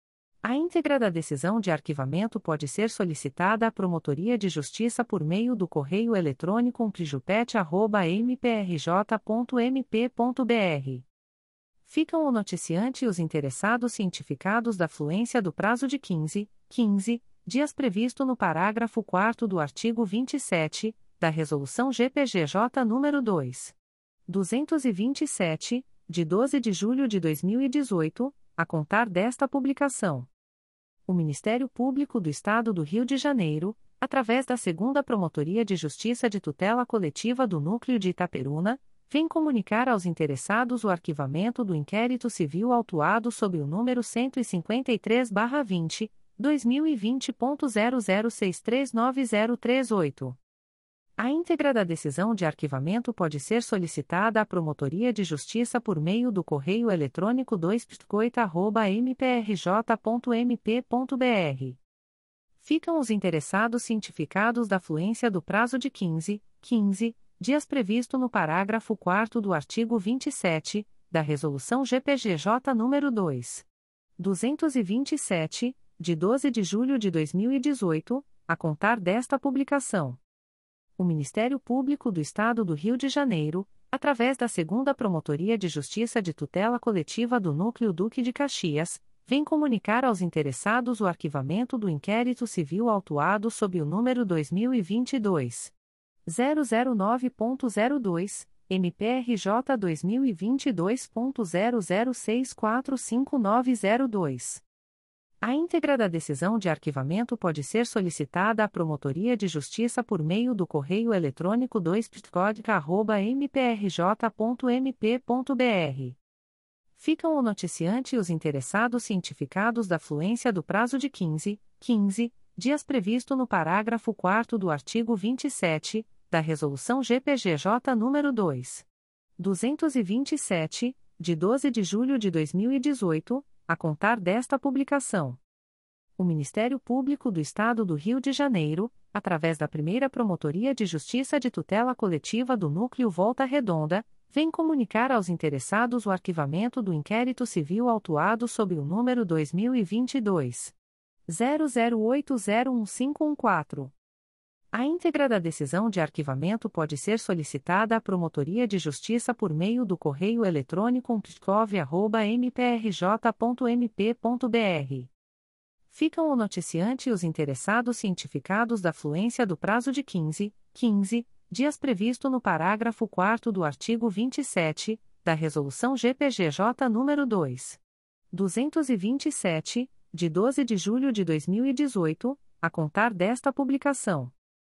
A íntegra da decisão de arquivamento pode ser solicitada à Promotoria de Justiça por meio do correio eletrônico umplijupet arroba m p r j ponto m p ponto b r. Ficam o noticiante e os interessados cientificados da fluência do prazo de quinze, quinze dias previsto no parágrafo quarto do artigo vinte e sete, da Resolução G P G J nº dois mil duzentos e vinte e sete, de doze de julho de dois mil e dezoito, a contar desta publicação. O Ministério Público do Estado do Rio de Janeiro, através da Segunda Promotoria de Justiça de Tutela Coletiva do Núcleo de Itaperuna, vem comunicar aos interessados o arquivamento do inquérito civil autuado sob o número cento e cinquenta e três barra vinte, dois mil e vinte ponto zero zero seis três nove zero três oito. A íntegra da decisão de arquivamento pode ser solicitada à Promotoria de Justiça por meio do correio eletrônico dois pscoita arroba m p r j ponto m p ponto b r. Ficam os interessados cientificados da fluência do prazo de quinze, quinze dias previsto no parágrafo quarto do artigo vinte e sete, da Resolução G P G J nº dois mil duzentos e vinte e sete, de doze de julho de dois mil e dezoito, a contar desta publicação. O Ministério Público do Estado do Rio de Janeiro, através da Segunda Promotoria de Justiça de Tutela Coletiva do Núcleo Duque de Caxias, vem comunicar aos interessados o arquivamento do inquérito civil autuado sob o número dois mil e vinte e dois ponto zero zero nove ponto zero dois, M P R J dois mil e vinte e dois ponto zero zero seis quatro cinco nove zero dois. A íntegra da decisão de arquivamento pode ser solicitada à Promotoria de Justiça por meio do correio eletrônico dois psicódica arroba m p r j ponto m p ponto b r. Ficam o noticiante e os interessados cientificados da fluência do prazo de quinze, quinze dias previsto no parágrafo quarto do artigo vinte e sete, da Resolução G P G J nº dois mil duzentos e vinte e sete, de doze de julho de dois mil e dezoito, a contar desta publicação. O Ministério Público do Estado do Rio de Janeiro, através da Primeira Promotoria de Justiça de Tutela Coletiva do Núcleo Volta Redonda, vem comunicar aos interessados o arquivamento do inquérito civil autuado sob o número dois mil e vinte e dois ponto zero zero oito zero um cinco um quatro. A íntegra da decisão de arquivamento pode ser solicitada à Promotoria de Justiça por meio do correio eletrônico umplicov arroba m p r j ponto m p ponto b r. Ficam o noticiante e os interessados cientificados da fluência do prazo de quinze, quinze dias previsto no parágrafo quarto do artigo vinte e sete, da Resolução G P G J nº dois mil duzentos e vinte e sete, de doze de julho de dois mil e dezoito, a contar desta publicação.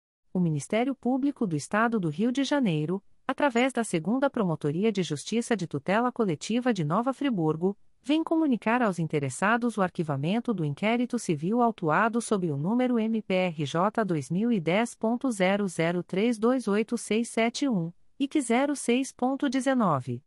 O Ministério Público do Estado do Rio de Janeiro, através da Segunda Promotoria de Justiça de Tutela Coletiva de Nova Friburgo, vem comunicar aos interessados o arquivamento do inquérito civil autuado sob o número M P R J dois mil e dez ponto zero zero três dois oito seis sete um, I C zero seis ponto dezenove.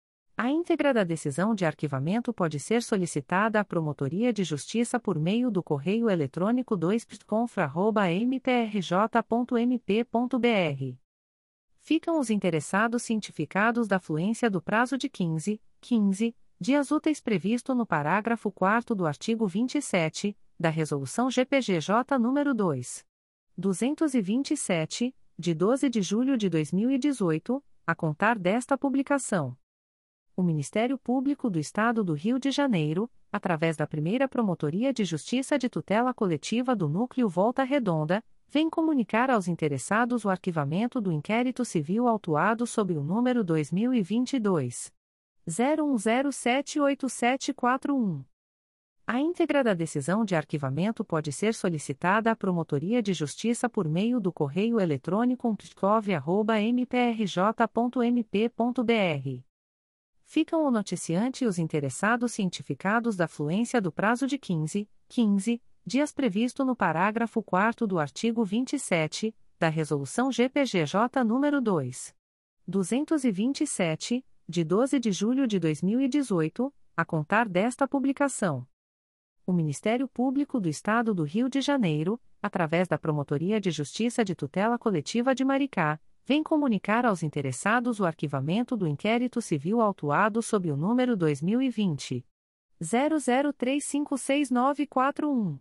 A íntegra da decisão de arquivamento pode ser solicitada à Promotoria de Justiça por meio do correio eletrônico dois psconfra arroba m p r j ponto m p ponto b r. Ficam os interessados cientificados da fluência do prazo de quinze, quinze dias úteis previsto no parágrafo quarto do artigo vinte e sete, da Resolução G P G J nº dois mil duzentos e vinte e sete, de doze de julho de dois mil e dezoito, a contar desta publicação. O Ministério Público do Estado do Rio de Janeiro, através da Primeira Promotoria de Justiça de Tutela Coletiva do Núcleo Volta Redonda, vem comunicar aos interessados o arquivamento do inquérito civil autuado sob o número dois mil e vinte e dois ponto zero um zero sete oito sete quatro um. A íntegra da decisão de arquivamento pode ser solicitada à Promotoria de Justiça por meio do correio eletrônico pscov arroba m p r j ponto m p ponto b r. Ficam o noticiante e os interessados cientificados da fluência do prazo de quinze, quinze dias previsto no parágrafo quarto do artigo vinte e sete, da Resolução G P G J nº dois mil duzentos e vinte e sete, de doze de julho de dois mil e dezoito, a contar desta publicação. O Ministério Público do Estado do Rio de Janeiro, através da Promotoria de Justiça de Tutela Coletiva de Maricá, vem comunicar aos interessados o arquivamento do inquérito civil autuado sob o número dois mil e vinte ponto zero zero três cinco seis nove quatro um.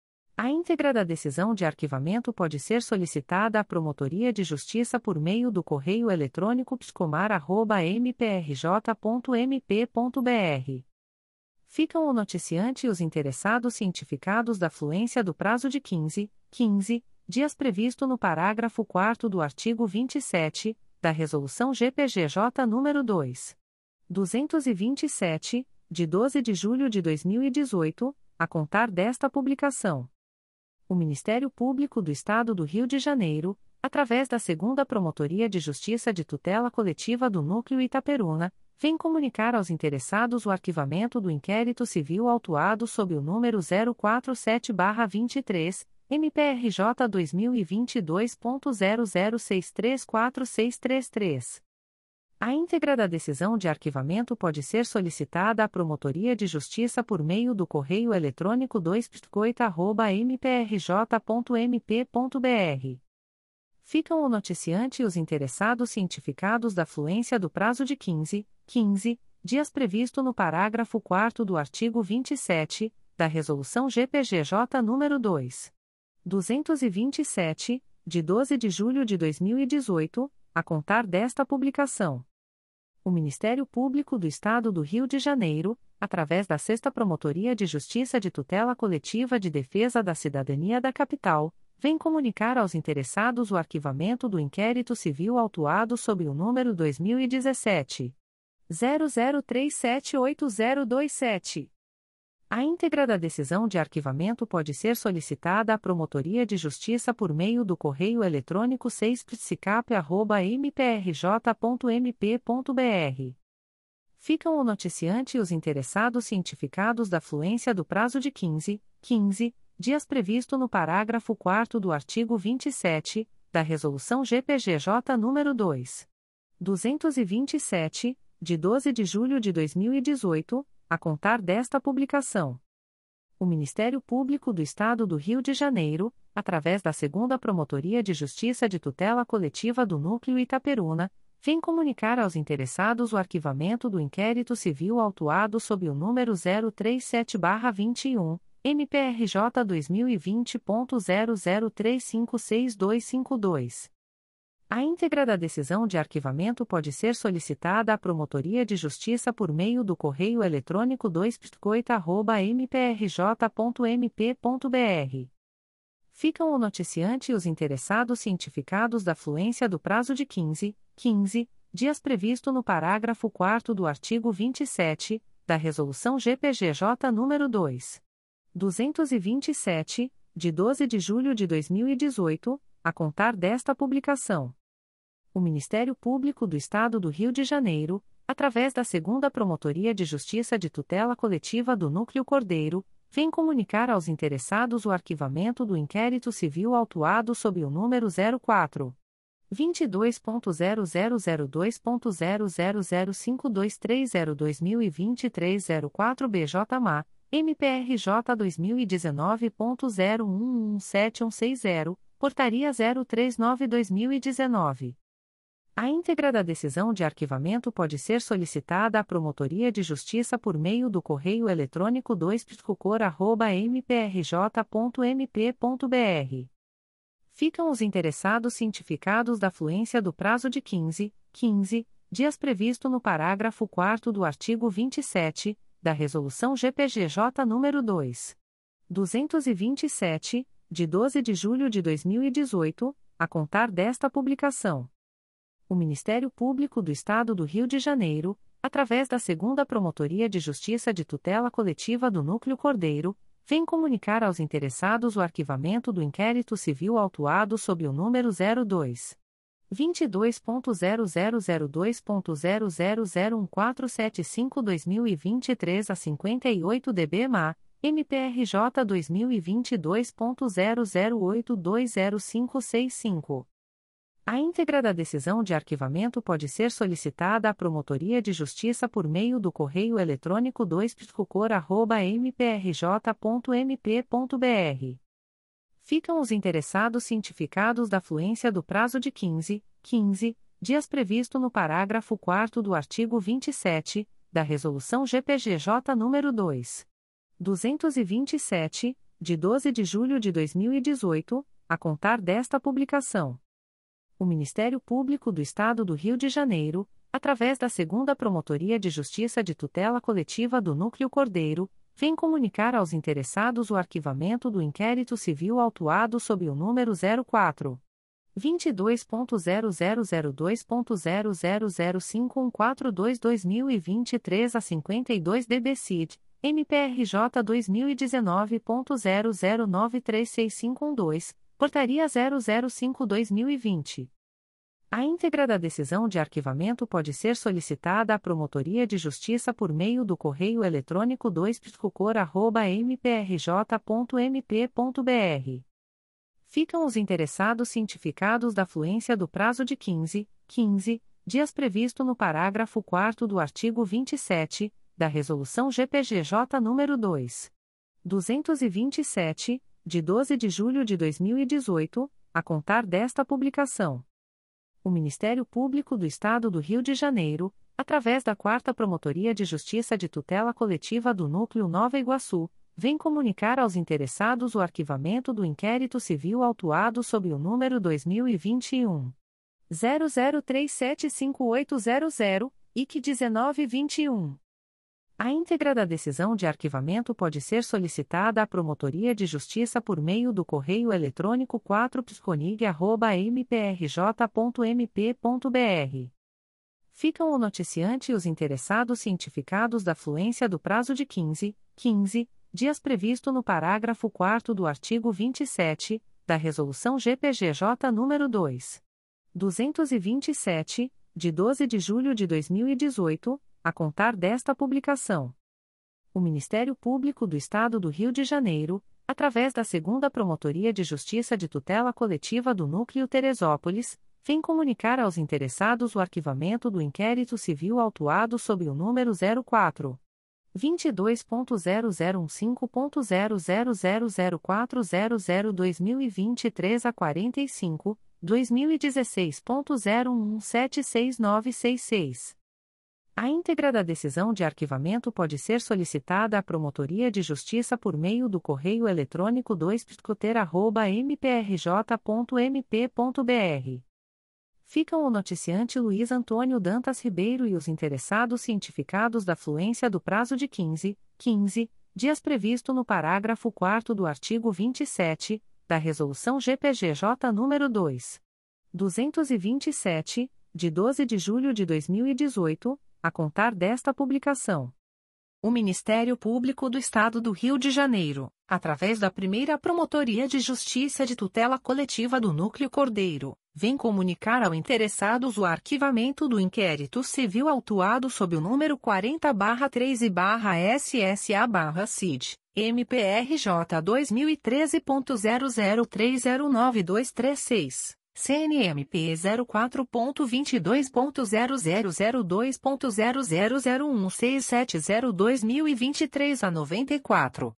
A íntegra da decisão de arquivamento pode ser solicitada à Promotoria de Justiça por meio do correio eletrônico pscomar arroba m p r j ponto m p ponto b r. Ficam o noticiante e os interessados cientificados da fluência do prazo de quinze, quinze dias previsto no parágrafo quarto do artigo vinte e sete, da Resolução G P G J nº dois mil duzentos e vinte e sete, de doze de julho de dois mil e dezoito, a contar desta publicação. O Ministério Público do Estado do Rio de Janeiro, através da segunda Promotoria de Justiça de Tutela Coletiva do Núcleo Itaperuna, vem comunicar aos interessados o arquivamento do inquérito civil autuado sob o número zero quatro sete barra vinte e três, M P R J dois mil e vinte e dois ponto zero zero seis três quatro seis três três. A íntegra da decisão de arquivamento pode ser solicitada à Promotoria de Justiça por meio do correio eletrônico dois pscoita arroba m p r j ponto m p ponto b r. Ficam o noticiante e os interessados cientificados da fluência do prazo de quinze, quinze dias previsto no parágrafo quarto do artigo vinte e sete, da Resolução G P G J nº dois mil duzentos e vinte e sete, de doze de julho de dois mil e dezoito, a contar desta publicação. O Ministério Público do Estado do Rio de Janeiro, através da sexta Promotoria de Justiça de Tutela Coletiva de Defesa da Cidadania da Capital, vem comunicar aos interessados o arquivamento do inquérito civil autuado sob o número dois mil e dezessete zero zero três sete oito zero dois sete. A íntegra da decisão de arquivamento pode ser solicitada à Promotoria de Justiça por meio do correio eletrônico seis psicap arroba m p r j ponto m p ponto b r. Ficam o noticiante e os interessados cientificados da fluência do prazo de quinze, quinze dias previsto no parágrafo quarto do artigo vinte e sete, da Resolução G P G J nº dois mil duzentos e vinte e sete, de doze de julho de dois mil e dezoito, a contar desta publicação. O Ministério Público do Estado do Rio de Janeiro, através da segunda Promotoria de Justiça de Tutela Coletiva do Núcleo Itaperuna, vem comunicar aos interessados o arquivamento do inquérito civil autuado sob o número zero três sete barra vinte e um, M P R J dois mil e vinte ponto zero zero três cinco seis dois cinco dois. A íntegra da decisão de arquivamento pode ser solicitada à Promotoria de Justiça por meio do correio eletrônico dois pscoita arroba m p r j ponto m p ponto b r. Ficam o noticiante e os interessados cientificados da fluência do prazo de quinze, quinze dias previsto no parágrafo quarto do artigo vinte e sete, da Resolução G P G J nº dois mil duzentos e vinte e sete, de doze de julho de dois mil e dezoito, a contar desta publicação. O Ministério Público do Estado do Rio de Janeiro, através da segunda Promotoria de Justiça de Tutela Coletiva do Núcleo Cordeiro, vem comunicar aos interessados o arquivamento do inquérito civil autuado sob o número zero quatro vinte e dois ponto zero zero zero dois ponto zero zero zero cinco dois três zero dois mil e vinte e três zero quatro B J M A, M P R J dois mil e dezenove ponto zero um um sete um seis zero, Portaria zero três nove barra dois mil e dezenove. A íntegra da decisão de arquivamento pode ser solicitada à Promotoria de Justiça por meio do correio eletrônico dois pscocor arroba m p r j ponto m p ponto b r. Ficam os interessados cientificados da fluência do prazo de quinze, quinze dias previsto no parágrafo quarto do artigo vinte e sete, da Resolução G P G J nº dois mil duzentos e vinte e sete, de doze de julho de dois mil e dezoito, a contar desta publicação. O Ministério Público do Estado do Rio de Janeiro, através da segunda Promotoria de Justiça de Tutela Coletiva do Núcleo Cordeiro, vem comunicar aos interessados o arquivamento do inquérito civil autuado sob o número zero dois, vinte e dois ponto zero zero zero dois ponto zero zero zero um quatro sete cinco barra dois mil e vinte e três a cinquenta e oito D B M A, M P R J dois mil e vinte e dois ponto zero zero oito dois zero cinco seis cinco. A íntegra da decisão de arquivamento pode ser solicitada à Promotoria de Justiça por meio do correio eletrônico dois psicocor arroba m p r j ponto m p ponto b r. Ficam os interessados cientificados da fluência do prazo de quinze, quinze dias previsto no parágrafo quarto do artigo vinte e sete, da Resolução G P G J nº dois mil duzentos e vinte e sete, de doze de julho de dois mil e dezoito, a contar desta publicação. O Ministério Público do Estado do Rio de Janeiro, através da segunda Promotoria de Justiça de Tutela Coletiva do Núcleo Cordeiro, vem comunicar aos interessados o arquivamento do inquérito civil autuado sob o número zero quatro, vinte e dois ponto zero zero zero dois ponto zero zero zero cinco um quatro dois barra dois mil e vinte e três a cinquenta e dois D B C I D, M P R J dois mil e dezenove ponto zero zero nove três seis cinco um dois, Portaria zero zero cinco barra dois mil e vinte. A íntegra da decisão de arquivamento pode ser solicitada à Promotoria de Justiça por meio do correio eletrônico dois psicocor arroba m p r j ponto m p ponto b r. Ficam os interessados cientificados da fluência do prazo de quinze, quinze dias previsto no parágrafo quarto do artigo vinte e sete, da Resolução G P G J nº dois mil duzentos e vinte e sete, de doze de julho de dois mil e dezoito, a contar desta publicação. O Ministério Público do Estado do Rio de Janeiro, através da quarta Promotoria de Justiça de Tutela Coletiva do Núcleo Nova Iguaçu, vem comunicar aos interessados o arquivamento do inquérito civil autuado sob o número dois mil e vinte e um zero zero três sete cinco oito zero zero, I C dezenove vinte e um. A íntegra da decisão de arquivamento pode ser solicitada à Promotoria de Justiça por meio do correio eletrônico quatro psconig arroba m p r j ponto m p ponto b r. Ficam o noticiante e os interessados cientificados da fluência do prazo de quinze, quinze dias previsto no parágrafo quarto do artigo vinte e sete, da Resolução G P G J nº dois mil duzentos e vinte e sete, de doze de julho de dois mil e dezoito, a contar desta publicação. O Ministério Público do Estado do Rio de Janeiro, através da segunda Promotoria de Justiça de Tutela Coletiva do Núcleo Teresópolis, vem comunicar aos interessados o arquivamento do inquérito civil autuado sob o número zero quatro, vinte e dois ponto zero zero quinze ponto zero zero zero zero quatro zero zero barra dois mil e vinte e três a quarenta e cinco, dois mil e dezesseis ponto zero um sete seis nove seis seis. A íntegra da decisão de arquivamento pode ser solicitada à Promotoria de Justiça por meio do correio eletrônico dois pscoter arroba m p r j ponto m p ponto b r. Ficam o noticiante Luiz Antônio Dantas Ribeiro e os interessados cientificados da fluência do prazo de quinze, quinze dias previsto no parágrafo quarto do artigo vinte e sete, da Resolução G P G J nº dois mil duzentos e vinte e sete, de doze de julho de dois mil e dezoito, a contar desta publicação. O Ministério Público do Estado do Rio de Janeiro, através da primeira Promotoria de Justiça de Tutela Coletiva do Núcleo Cordeiro, vem comunicar ao interessados o arquivamento do inquérito civil autuado sob o número quarenta barra três e barra S S A barra C I D, M P R J dois mil e treze ponto zero zero três zero nove dois três seis. C N M P zero quatro ponto vinte e dois ponto zero zero zero dois ponto zero zero zero um seis sete zero dois mil e vinte e três a noventa e quatro.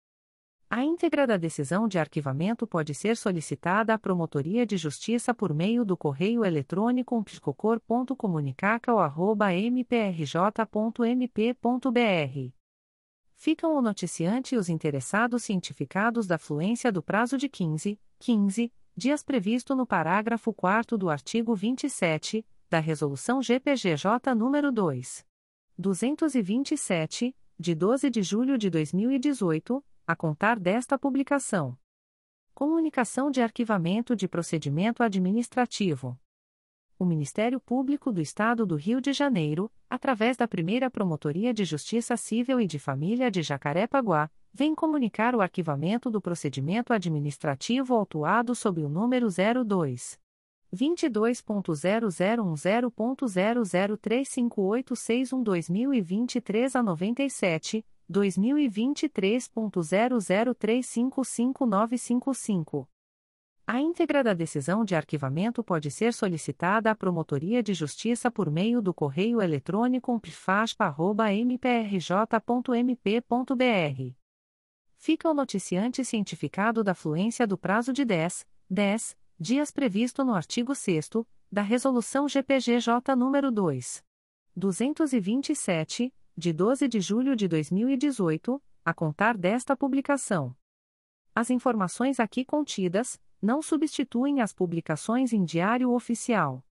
A íntegra da decisão de arquivamento pode ser solicitada à Promotoria de Justiça por meio do correio eletrônico psicocor ponto comunicacal arroba m p r j ponto m p ponto b r. Ficam o noticiante e os interessados cientificados da fluência do prazo de quinze, quinze dias previsto no parágrafo quarto do artigo vinte e sete, da Resolução G P G J nº dois mil duzentos e vinte e sete, de doze de julho de dois mil e dezoito, a contar desta publicação. Comunicação de arquivamento de procedimento administrativo. O Ministério Público do Estado do Rio de Janeiro, através da Primeira Promotoria de Justiça Civil e de Família de Jacarepaguá, vem comunicar o arquivamento do procedimento administrativo autuado sob o número zero dois, vinte e dois ponto zero zero um zero ponto zero zero três cinco oito seis um barra dois mil e vinte e três a noventa e sete, dois mil e vinte e três ponto zero zero três cinco cinco nove cinco cinco. A íntegra da decisão de arquivamento pode ser solicitada à Promotoria de Justiça por meio do correio eletrônico pfaspa arroba m p r j ponto m p ponto b r. Fica o noticiante cientificado da fluência do prazo de dez, dez dias previsto no artigo sexto da Resolução G P G J nº dois mil duzentos e vinte e sete, de doze de julho de dois mil e dezoito, a contar desta publicação. As informações aqui contidas não substituem as publicações em Diário Oficial.